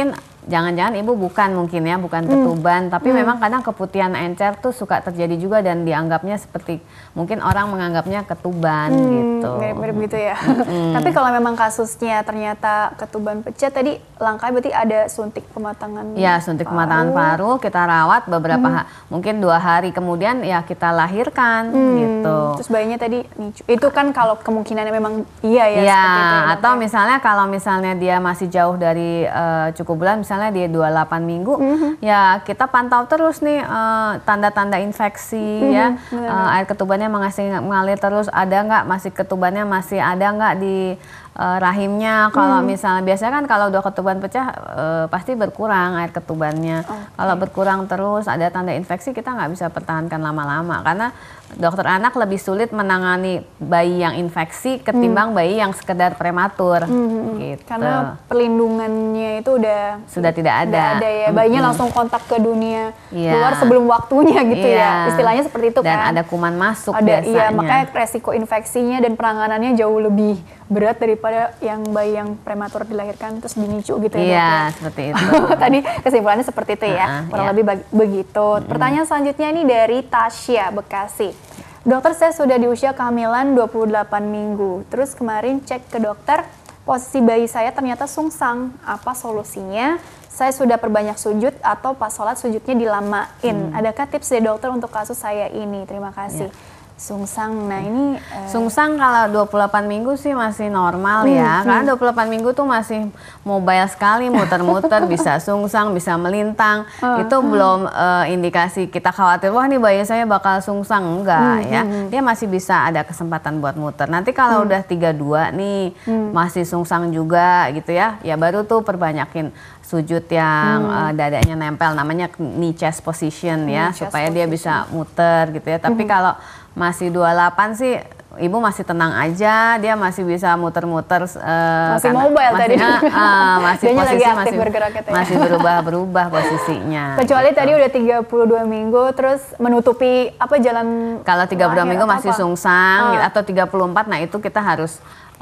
B: jangan-jangan ibu bukan mungkin ya, bukan ketuban, hmm. tapi hmm. memang kadang keputihan encer tuh suka terjadi juga dan dianggapnya seperti mungkin orang menganggapnya ketuban hmm, gitu.
A: Mirip-mirip gitu ya. Hmm. Tapi kalau memang kasusnya ternyata ketuban pecah, tadi langkahnya berarti ada suntik pematangan.
B: Ya, suntik paru. pematangan paru, kita rawat beberapa hmm. mungkin dua hari kemudian ya kita lahirkan hmm. gitu.
A: Terus bayinya tadi itu kan kalau kemungkinannya memang iya ya.
B: Ya,
A: seperti itu, ya
B: atau ya. misalnya kalau misalnya dia masih jauh dari uh, cukup bulan, misalnya dia dua puluh delapan minggu, mm-hmm. ya kita pantau terus nih uh, tanda-tanda infeksi mm-hmm. ya, uh, air ketubannya masih mengalir terus, ada nggak masih ketubannya masih ada nggak di uh, rahimnya. Kalau mm-hmm. misalnya biasanya kan kalau udah ketuban pecah uh, pasti berkurang air ketubannya. Okay. Kalau berkurang terus ada tanda infeksi, kita nggak bisa pertahankan lama-lama karena dokter anak lebih sulit menangani bayi yang infeksi ketimbang hmm. bayi yang sekedar prematur, hmm. gitu.
A: Karena perlindungannya itu udah
B: sudah tidak ada.
A: Tidak ada ya, bayinya hmm. langsung kontak ke dunia
B: yeah.
A: luar sebelum waktunya gitu
B: yeah.
A: ya, istilahnya seperti itu
B: dan
A: kan.
B: Dan ada kuman masuk
A: ada,
B: biasanya.
A: Iya, makanya resiko infeksinya dan penanganannya jauh lebih berat daripada yang bayi yang prematur dilahirkan terus dinicu gitu ya.
B: Iya,
A: yeah,
B: seperti itu.
A: Tadi kesimpulannya seperti itu ya, uh-uh, kurang yeah. lebih begitu. Hmm. Pertanyaan selanjutnya ini dari Tasya, Bekasi. Dokter, saya sudah di usia kehamilan dua puluh delapan minggu. Terus kemarin cek ke dokter, posisi bayi saya ternyata sungsang. Apa solusinya? Saya sudah perbanyak sujud atau pas sholat sujudnya dilamain. Hmm. Adakah tips dari dokter untuk kasus saya ini? Terima kasih. Ya. Sungsang, nah ini uh...
B: sungsang kalau dua puluh delapan minggu sih masih normal hmm, ya, hmm. karena dua puluh delapan minggu tuh masih mobile sekali, muter-muter, bisa sungsang, bisa melintang, uh, itu hmm. belum uh, indikasi kita khawatir, wah nih bayi saya bakal sungsang, enggak hmm, ya, hmm. dia masih bisa ada kesempatan buat muter. Nanti kalau hmm. udah tiga puluh dua nih, hmm. masih sungsang juga gitu ya, ya baru tuh perbanyakin sujud yang hmm. uh, dadanya nempel, namanya knee chest position ya, knee supaya dia position. bisa muter gitu ya. Tapi hmm. kalau masih dua puluh delapan sih ibu masih tenang aja, dia masih bisa muter-muter uh,
A: masih mobile
B: masih,
A: tadi.
B: Uh, uh, masih posisi masih
A: ya.
B: masih berubah-berubah posisinya.
A: Kecuali
B: gitu.
A: tadi udah tiga puluh dua minggu terus menutupi apa jalan.
B: Kalau tiga puluh dua minggu masih apa? sungsang uh. gitu, atau tiga puluh empat, nah itu kita harus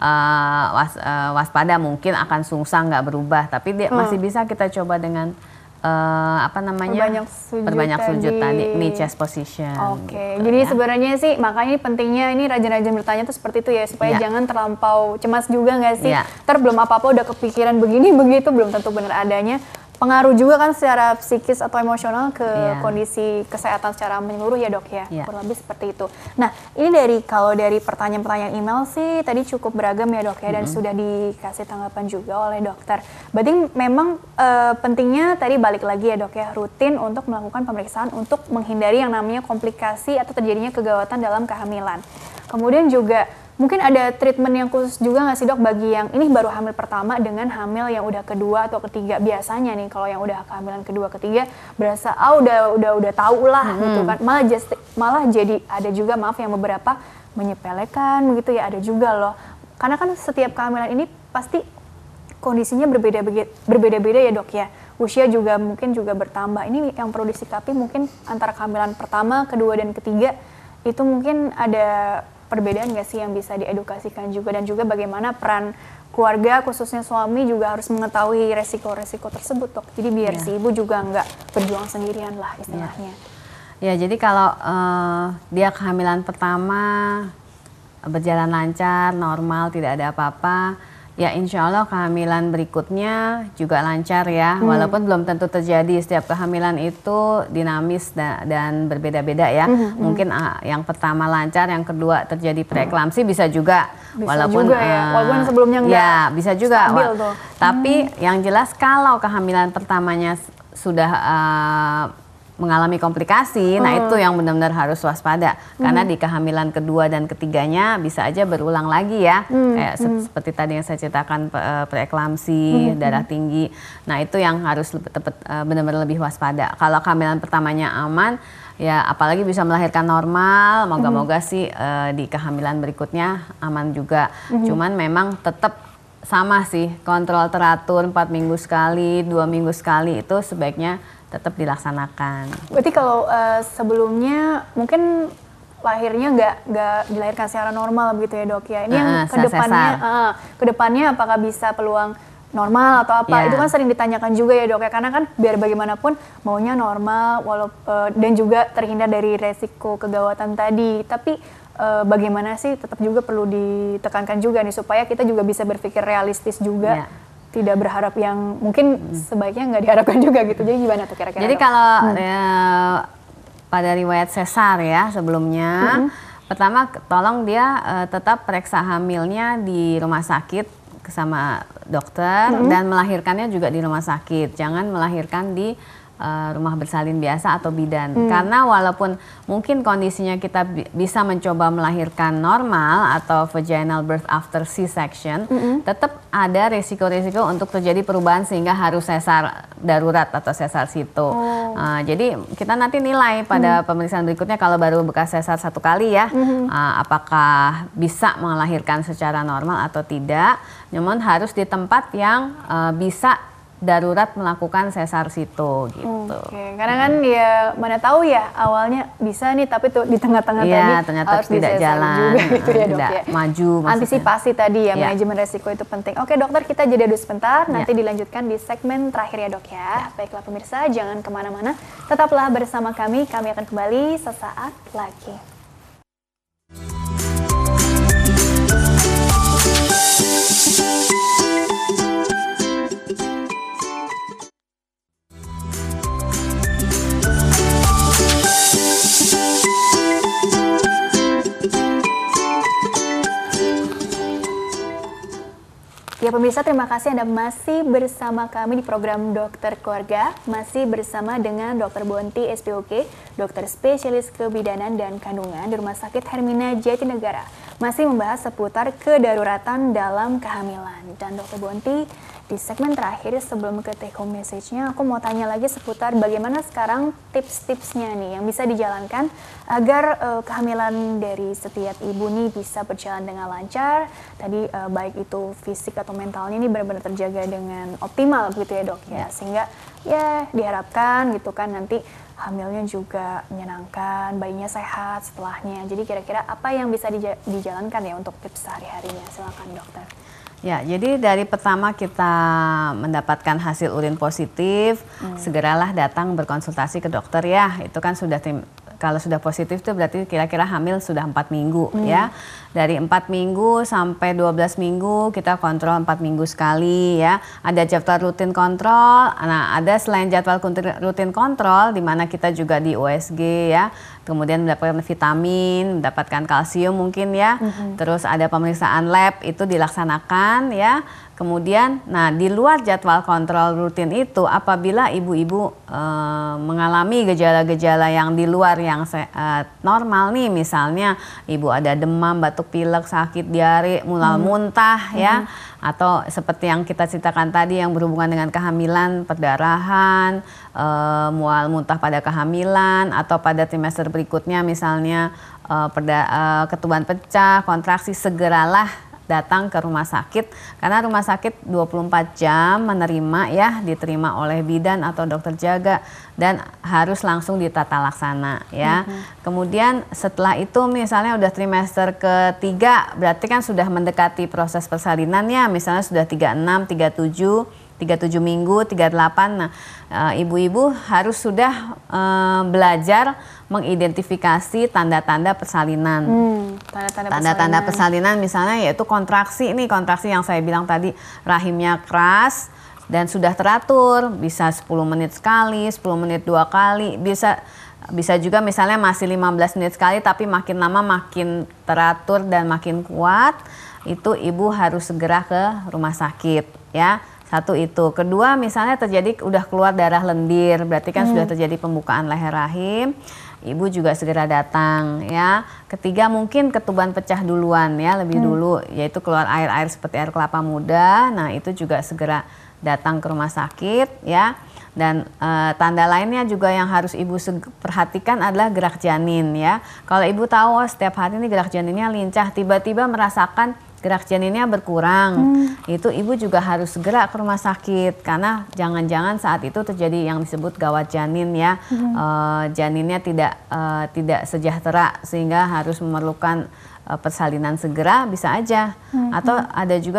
B: uh, was, uh, waspada, mungkin akan sungsang nggak berubah, tapi dia uh. masih bisa kita coba dengan Uh, apa namanya
A: perbanyak sujud,
B: perbanyak sujud tadi,
A: tadi
B: knee chest position.
A: Oke, okay.
B: gitu,
A: jadi
B: ya.
A: sebenarnya sih makanya pentingnya ini rajin-rajin bertanya tuh seperti itu ya, supaya yeah. jangan terlampau cemas juga nggak sih? Yeah. Ntar belum apa-apa udah kepikiran begini begitu, belum tentu benar adanya. Pengaruh juga kan secara psikis atau emosional ke yeah. kondisi kesehatan secara menyeluruh ya dok ya, yeah. kurang lebih seperti itu. Nah ini dari kalau dari pertanyaan-pertanyaan email sih tadi cukup beragam ya dok ya, dan mm-hmm. sudah dikasih tanggapan juga oleh dokter. Berarti memang e, pentingnya tadi balik lagi ya dok ya, rutin untuk melakukan pemeriksaan untuk menghindari yang namanya komplikasi atau terjadinya kegawatan dalam kehamilan. Kemudian juga mungkin ada treatment yang khusus juga nggak sih dok bagi yang ini baru hamil pertama dengan hamil yang udah kedua atau ketiga? Biasanya nih kalau yang udah kehamilan kedua ketiga berasa ah udah udah udah tahu lah hmm. gitu kan, malah just, malah jadi ada juga maaf yang beberapa menyepelekan begitu ya, ada juga loh, karena kan setiap kehamilan ini pasti kondisinya berbeda berbeda-beda ya dok ya, usia juga mungkin juga bertambah. Ini yang perlu disikapi mungkin antara kehamilan pertama, kedua dan ketiga itu mungkin ada perbedaan nggak sih yang bisa diedukasikan juga, dan juga bagaimana peran keluarga khususnya suami juga harus mengetahui resiko-resiko tersebut dok, jadi biar ya. si ibu juga nggak berjuang sendirian lah istilahnya.
B: Ya, ya jadi kalau uh, dia kehamilan pertama berjalan lancar, normal, tidak ada apa-apa, ya insya Allah kehamilan berikutnya juga lancar ya, hmm. walaupun belum tentu terjadi, setiap kehamilan itu dinamis da dan berbeda-beda ya. Hmm. Mungkin uh, yang pertama lancar, yang kedua terjadi preeklamsi, bisa juga.
A: Bisa
B: walaupun
A: juga ya, walaupun sebelumnya enggak
B: ya, bisa juga.
A: Stabil tuh.
B: Tapi
A: hmm.
B: yang jelas kalau kehamilan pertamanya sudah uh, mengalami komplikasi, hmm. nah itu yang benar-benar harus waspada, hmm. karena di kehamilan kedua dan ketiganya bisa aja berulang lagi ya, hmm. kayak se hmm. seperti tadi yang saya ceritakan, preeklamsi, hmm. darah tinggi, nah itu yang harus benar-benar lebih waspada. Kalau kehamilan pertamanya aman, ya apalagi bisa melahirkan normal, moga-moga hmm. sih uh, di kehamilan berikutnya aman juga, hmm. cuman memang tetap sama sih, kontrol teratur empat minggu sekali, dua minggu sekali itu sebaiknya tetap dilaksanakan.
A: Berarti kalau uh, sebelumnya mungkin lahirnya nggak nggak dilahirkan secara normal begitu ya dok ya. Ini uh, yang kedepannya, uh, kedepannya apakah bisa peluang normal atau apa,
B: yeah.
A: itu kan sering ditanyakan juga ya dok ya, karena kan biar bagaimanapun maunya normal walau, uh, dan juga terhindar dari resiko kegawatan tadi, tapi uh, bagaimana sih tetap juga perlu ditekankan juga nih supaya kita juga bisa berpikir realistis juga, yeah. tidak berharap yang mungkin hmm. sebaiknya nggak diharapkan juga gitu, jadi gimana tuh kira-kira?
B: Jadi
A: dok?
B: kalau
A: hmm.
B: ya, pada riwayat sesar ya sebelumnya, hmm. pertama tolong dia uh, tetap periksa hamilnya di rumah sakit sama dokter mm-hmm. dan melahirkannya juga di rumah sakit, jangan melahirkan di uh, rumah bersalin biasa atau bidan, mm. karena walaupun mungkin kondisinya kita bi- bisa mencoba melahirkan normal atau vaginal birth after C-section, mm-hmm. tetap ada risiko-risiko untuk terjadi perubahan sehingga harus sesar darurat atau sesar situ. Oh. Uh, jadi kita nanti nilai pada mm. pemeriksaan berikutnya kalau baru bekas sesar satu kali ya, mm-hmm. uh, apakah bisa melahirkan secara normal atau tidak. Namun harus di tempat yang uh, bisa darurat melakukan sesar situ gitu.
A: Oke, karena kan ya mana tahu ya awalnya bisa nih tapi tuh di tengah-tengah
B: ya,
A: tadi
B: ternyata
A: harus
B: tidak jalan
A: juga gitu ya dok
B: tidak
A: ya.
B: Maju maksudnya.
A: Antisipasi tadi ya,
B: ya,
A: manajemen resiko itu penting. Oke dokter, kita jeda dulu sebentar, nanti
B: ya.
A: dilanjutkan di segmen terakhir ya dok ya. ya. Baiklah pemirsa, jangan kemana-mana, tetaplah bersama kami, kami akan kembali sesaat lagi. Ya pemirsa, terima kasih Anda masih bersama kami di program Dokter Keluarga, masih bersama dengan Dokter Bonti S P O K, dokter spesialis kebidanan dan kandungan di Rumah Sakit Hermina Jatinegara, masih membahas seputar kedaruratan dalam kehamilan. Dan Dokter Bonti, di segmen terakhir sebelum ke take home message-nya, aku mau tanya lagi seputar bagaimana sekarang tips-tipsnya nih yang bisa dijalankan agar uh, kehamilan dari setiap ibu nih bisa berjalan dengan lancar. Tadi uh, baik itu fisik atau mentalnya ini benar-benar terjaga dengan optimal begitu ya dok ya, sehingga ya diharapkan gitu kan nanti hamilnya juga menyenangkan, bayinya sehat setelahnya. Jadi kira-kira apa yang bisa dija- dijalankan ya untuk tips sehari-harinya? Silakan dokter.
B: Ya, jadi dari pertama kita mendapatkan hasil urin positif, hmm. segeralah datang berkonsultasi ke dokter ya. Itu kan sudah tim, kalau sudah positif itu berarti kira-kira hamil sudah empat minggu hmm. ya. Dari empat minggu sampai dua belas minggu kita kontrol empat minggu sekali ya. Ada jadwal rutin kontrol. Nah, ada selain jadwal rutin kontrol di mana kita juga di U S G ya. Kemudian mendapatkan vitamin, mendapatkan kalsium mungkin ya. Mm-hmm. Terus ada pemeriksaan lab itu dilaksanakan ya. Kemudian, nah di luar jadwal kontrol rutin itu, apabila ibu-ibu e, mengalami gejala-gejala yang di luar yang se- e, normal nih, misalnya ibu ada demam, batuk pilek, sakit, diare, mual, mm-hmm. muntah ya, mm-hmm. atau seperti yang kita ceritakan tadi yang berhubungan dengan kehamilan, perdarahan, e, mual, muntah pada kehamilan, atau pada trimester berikutnya misalnya e, perda- e, ketuban pecah, kontraksi, segeralah datang ke rumah sakit, karena rumah sakit dua puluh empat jam menerima ya, diterima oleh bidan atau dokter jaga dan harus langsung ditata laksana ya. Mm-hmm. Kemudian setelah itu misalnya udah trimester ketiga, berarti kan sudah mendekati proses persalinannya, misalnya sudah tiga puluh enam, tiga puluh tujuh, tiga puluh tujuh minggu, tiga puluh delapan. Nah, e, ibu-ibu harus sudah e, belajar mengidentifikasi tanda-tanda persalinan. Hmm, tanda-tanda, tanda-tanda persalinan. persalinan misalnya yaitu kontraksi, ini kontraksi yang saya bilang tadi, rahimnya keras dan sudah teratur, bisa sepuluh menit sekali, sepuluh menit dua kali, bisa bisa juga misalnya masih lima belas menit sekali tapi makin lama makin teratur dan makin kuat, itu ibu harus segera ke rumah sakit ya. Satu itu. Kedua misalnya terjadi udah keluar darah lendir, berarti kan hmm. sudah terjadi pembukaan leher rahim, ibu juga segera datang ya. Ketiga mungkin ketuban pecah duluan ya, lebih hmm. dulu, yaitu keluar air-air seperti air kelapa muda. Nah itu juga segera datang ke rumah sakit ya. Dan e, tanda lainnya juga yang harus ibu perhatikan adalah gerak janin ya. Kalau ibu tahu oh, setiap hari ini gerak janinnya lincah, tiba-tiba merasakan gerak janinnya berkurang, hmm. itu ibu juga harus segera ke rumah sakit, karena jangan-jangan saat itu terjadi yang disebut gawat janin ya, hmm. e, janinnya tidak e, tidak sejahtera sehingga harus memerlukan e, persalinan segera, bisa aja. Hmm. Atau ada juga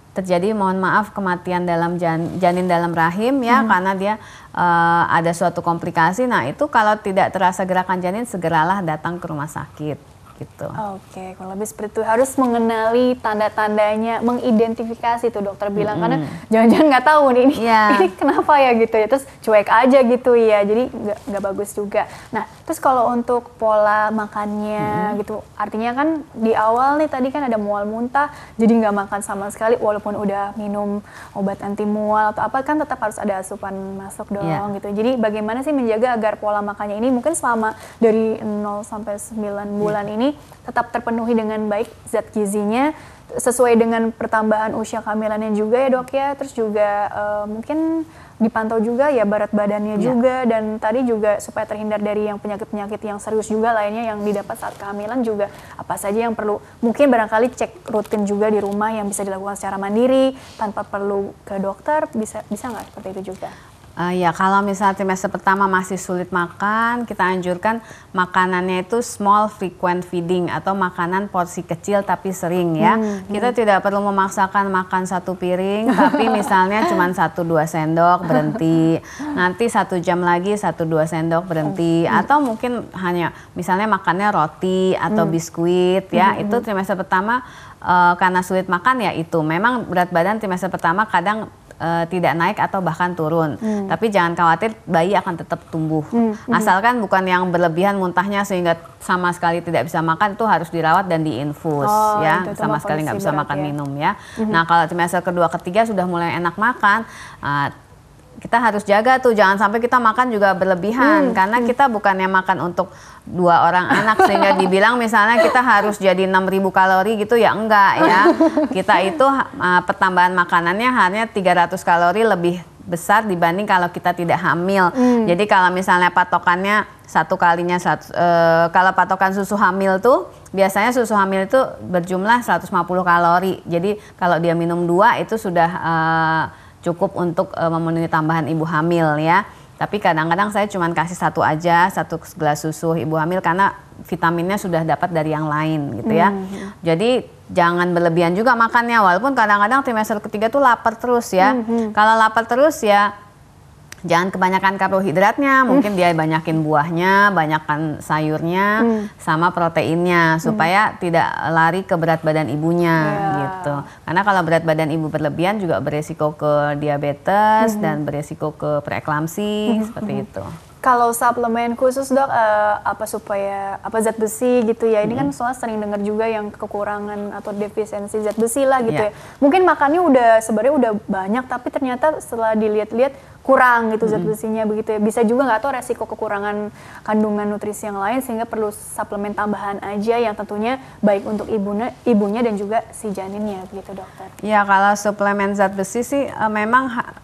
B: terjadi mohon maaf kematian dalam jan, janin dalam rahim ya, hmm. karena dia uh, ada suatu komplikasi. Nah itu kalau tidak terasa gerakan janin segeralah datang ke rumah sakit. Gitu.
A: Oke, kalau lebih seperti itu harus mengenali tanda-tandanya, mengidentifikasi tuh dokter bilang, mm-hmm. karena jangan-jangan nggak tahu nih ini, yeah. ini kenapa ya gitu ya, terus cuek aja gitu ya, jadi nggak nggak bagus juga. Nah, terus kalau untuk pola makannya mm-hmm. gitu, artinya kan di awal nih tadi kan ada mual muntah, jadi nggak makan sama sekali, walaupun udah minum obat anti mual atau apa kan tetap harus ada asupan masuk dong yeah. gitu. Jadi bagaimana sih menjaga agar pola makannya ini mungkin selama dari nol sampai sembilan bulan yeah. ini tetap terpenuhi dengan baik zat gizinya sesuai dengan pertambahan usia kehamilannya juga ya dok ya, terus juga uh, mungkin dipantau juga ya berat badannya ya. juga, dan tadi juga supaya terhindar dari yang penyakit-penyakit yang serius juga lainnya yang didapat saat kehamilan juga, apa saja yang perlu mungkin barangkali cek rutin juga di rumah yang bisa dilakukan secara mandiri tanpa perlu ke dokter, bisa bisa nggak seperti itu juga?
B: Uh, ya kalau misalnya trimester pertama masih sulit makan, kita anjurkan makanannya itu small frequent feeding atau makanan porsi kecil tapi sering ya. Hmm, kita hmm. tidak perlu memaksakan makan satu piring, tapi misalnya cuma satu dua sendok berhenti, nanti satu jam lagi satu dua sendok berhenti, hmm. atau mungkin hanya misalnya makannya roti atau hmm. biskuit ya. Hmm. Itu trimester pertama uh, karena sulit makan ya itu. Memang berat badan trimester pertama kadang Uh, tidak naik atau bahkan turun, hmm. tapi jangan khawatir, bayi akan tetap tumbuh. Hmm. Hmm. Asalkan bukan yang berlebihan muntahnya sehingga sama sekali tidak bisa makan, itu harus dirawat dan diinfus oh, ya, sama sekali nggak bisa makan ya. minum ya. Hmm. Nah kalau trimester kedua ketiga sudah mulai enak makan, uh, kita harus jaga tuh, jangan sampai kita makan juga berlebihan, hmm. karena kita bukannya makan untuk dua orang anak sehingga dibilang misalnya kita harus jadi enam ribu kalori gitu ya, enggak ya. Kita itu uh, pertambahan makanannya hanya tiga ratus kalori lebih besar dibanding kalau kita tidak hamil. Hmm. Jadi kalau misalnya patokannya satu kalinya satu, uh, kalau patokan susu hamil tuh biasanya susu hamil itu berjumlah seratus lima puluh kalori. Jadi kalau dia minum dua itu sudah uh, cukup untuk uh, memenuhi tambahan ibu hamil ya. Tapi kadang-kadang saya cuma kasih satu aja, satu gelas susu ibu hamil karena vitaminnya sudah dapat dari yang lain gitu ya. Mm-hmm. Jadi jangan berlebihan juga makannya, walaupun kadang-kadang trimester ketiga tuh lapar terus ya. Mm-hmm. Kalau lapar terus ya jangan kebanyakan karbohidratnya, mungkin mm. dia banyakin buahnya, banyakan sayurnya, mm. sama proteinnya supaya mm. tidak lari ke berat badan ibunya yeah. gitu. Karena kalau berat badan ibu berlebihan juga beresiko ke diabetes mm-hmm. dan beresiko ke preeklamsi mm-hmm. seperti itu.
A: Kalau suplemen khusus dok, uh, apa supaya apa zat besi gitu ya? Ini hmm. kan soalnya sering dengar juga yang kekurangan atau defisiensi zat besi lah gitu yeah. ya. Mungkin makannya udah sebenarnya udah banyak, tapi ternyata setelah dilihat-lihat kurang gitu hmm. zat besinya begitu ya. Bisa juga nggak, atau resiko kekurangan kandungan nutrisi yang lain sehingga perlu suplemen tambahan aja yang tentunya baik untuk ibunya, ibunya dan juga si janinnya begitu dokter.
B: Ya kalau suplemen zat besi sih uh, memang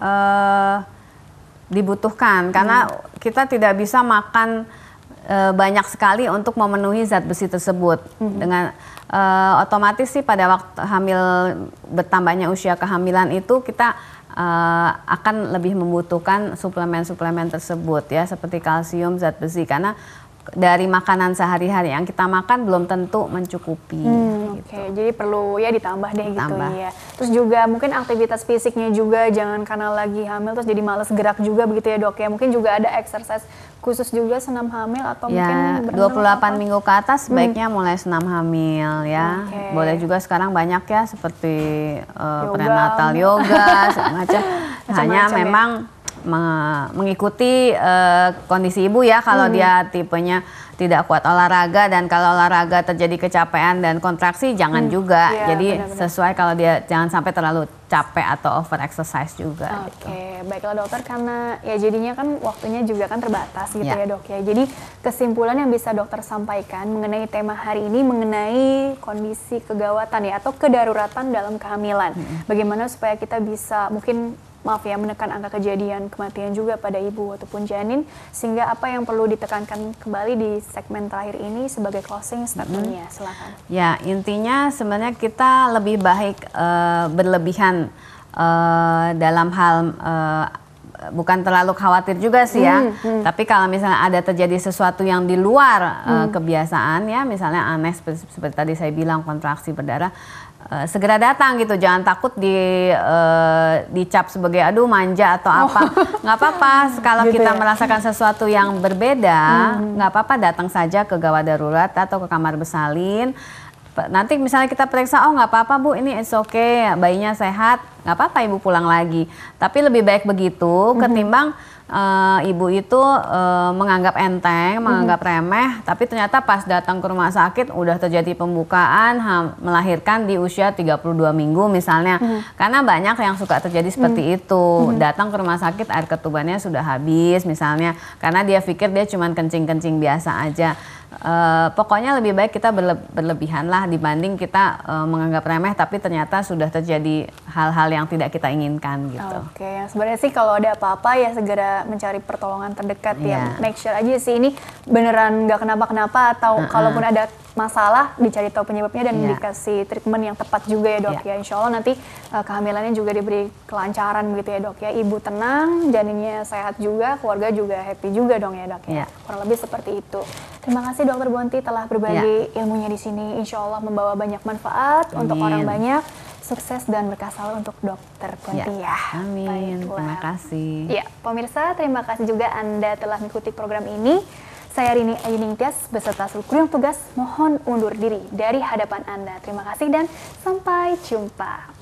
B: uh, dibutuhkan karena hmm. kita tidak bisa makan e, banyak sekali untuk memenuhi zat besi tersebut. Hmm. Dengan e, otomatis sih pada waktu hamil, bertambahnya usia kehamilan itu kita e, akan lebih membutuhkan suplemen-suplemen tersebut ya, seperti kalsium, zat besi, karena dari makanan sehari-hari yang kita makan belum tentu mencukupi. Hmm, gitu.
A: Oke, jadi perlu ya ditambah deh ditambah. gitu ya. Terus juga mungkin aktivitas fisiknya juga jangan karena lagi hamil terus jadi males gerak juga begitu ya dok ya. Mungkin juga ada exercise khusus juga senam hamil atau ya, mungkin
B: dua puluh delapan minggu ke atas sebaiknya hmm. mulai senam hamil ya. Okay. Boleh juga sekarang banyak ya seperti uh, prenatal yoga semacam. Hanya memang ya. mengikuti uh, kondisi ibu ya, kalau hmm. dia tipenya tidak kuat olahraga, dan kalau olahraga terjadi kecapean dan kontraksi jangan hmm. juga. Ya, jadi benar-benar. Sesuai, kalau dia jangan sampai terlalu capek atau over exercise juga.
A: Oke, okay. gitu. Baiklah dokter, karena ya jadinya kan waktunya juga kan terbatas gitu ya. ya dok ya. Jadi kesimpulan yang bisa dokter sampaikan mengenai tema hari ini mengenai kondisi kegawatan ya atau kedaruratan dalam kehamilan. Hmm. Bagaimana supaya kita bisa mungkin maaf ya, menekan angka kejadian kematian juga pada ibu ataupun janin, sehingga apa yang perlu ditekankan kembali di segmen terakhir ini sebagai closing statementnya, mm-hmm. silakan.
B: Ya, intinya sebenarnya kita lebih baik uh, berlebihan uh, dalam hal uh, bukan terlalu khawatir juga sih ya, hmm, hmm. tapi kalau misalnya ada terjadi sesuatu yang di luar hmm. uh, kebiasaan ya, misalnya aneh seperti, seperti tadi saya bilang kontraksi berdarah, uh, segera datang gitu, jangan takut di uh, dicap sebagai aduh manja atau apa. Nggak apa-apa kalau
A: Gitu
B: kita
A: ya?
B: merasakan sesuatu yang berbeda, nggak apa-apa datang saja ke gawat darurat atau ke kamar bersalin. Nanti misalnya kita periksa, oh nggak apa-apa Bu, ini it's okay, bayinya sehat, nggak apa-apa Ibu pulang lagi. Tapi lebih baik begitu mm-hmm. ketimbang uh, Ibu itu uh, menganggap enteng, mm-hmm. menganggap remeh, tapi ternyata pas datang ke rumah sakit udah terjadi pembukaan, ha, melahirkan di usia tiga puluh dua minggu misalnya. Mm-hmm. Karena banyak yang suka terjadi seperti mm-hmm. itu, mm-hmm. datang ke rumah sakit air ketubannya sudah habis misalnya, karena dia pikir dia cuma kencing-kencing biasa aja. Uh, pokoknya lebih baik kita berle berlebihan lah dibanding kita uh, menganggap remeh tapi ternyata sudah terjadi hal-hal yang tidak kita inginkan gitu.
A: Oke, okay. Sebenarnya sih kalau ada apa-apa ya segera mencari pertolongan terdekat
B: yeah.
A: ya. Make sure aja sih ini beneran nggak kenapa-kenapa atau uh -uh. kalaupun ada masalah dicari tahu penyebabnya dan yeah. dikasih treatment yang tepat juga ya dok yeah. ya. Insya Allah nanti uh, kehamilannya juga diberi kelancaran gitu ya dok ya. Ibu tenang, janinnya sehat juga, keluarga juga happy juga dong ya dok ya. Yeah. Kurang lebih seperti itu. Terima kasih Dokter Bonti telah berbagi yeah. ilmunya di sini. Insya Allah membawa banyak manfaat Amin. Untuk orang banyak. Sukses dan berkah selalu untuk Dokter Bonti ya.
B: ya. Amin. Baiklah. Terima kasih.
A: Ya, pemirsa, terima kasih juga Anda telah mengikuti program ini. Saya Rini Ayuningtyas beserta seluruh kru yang tugas mohon undur diri dari hadapan Anda. Terima kasih dan sampai jumpa.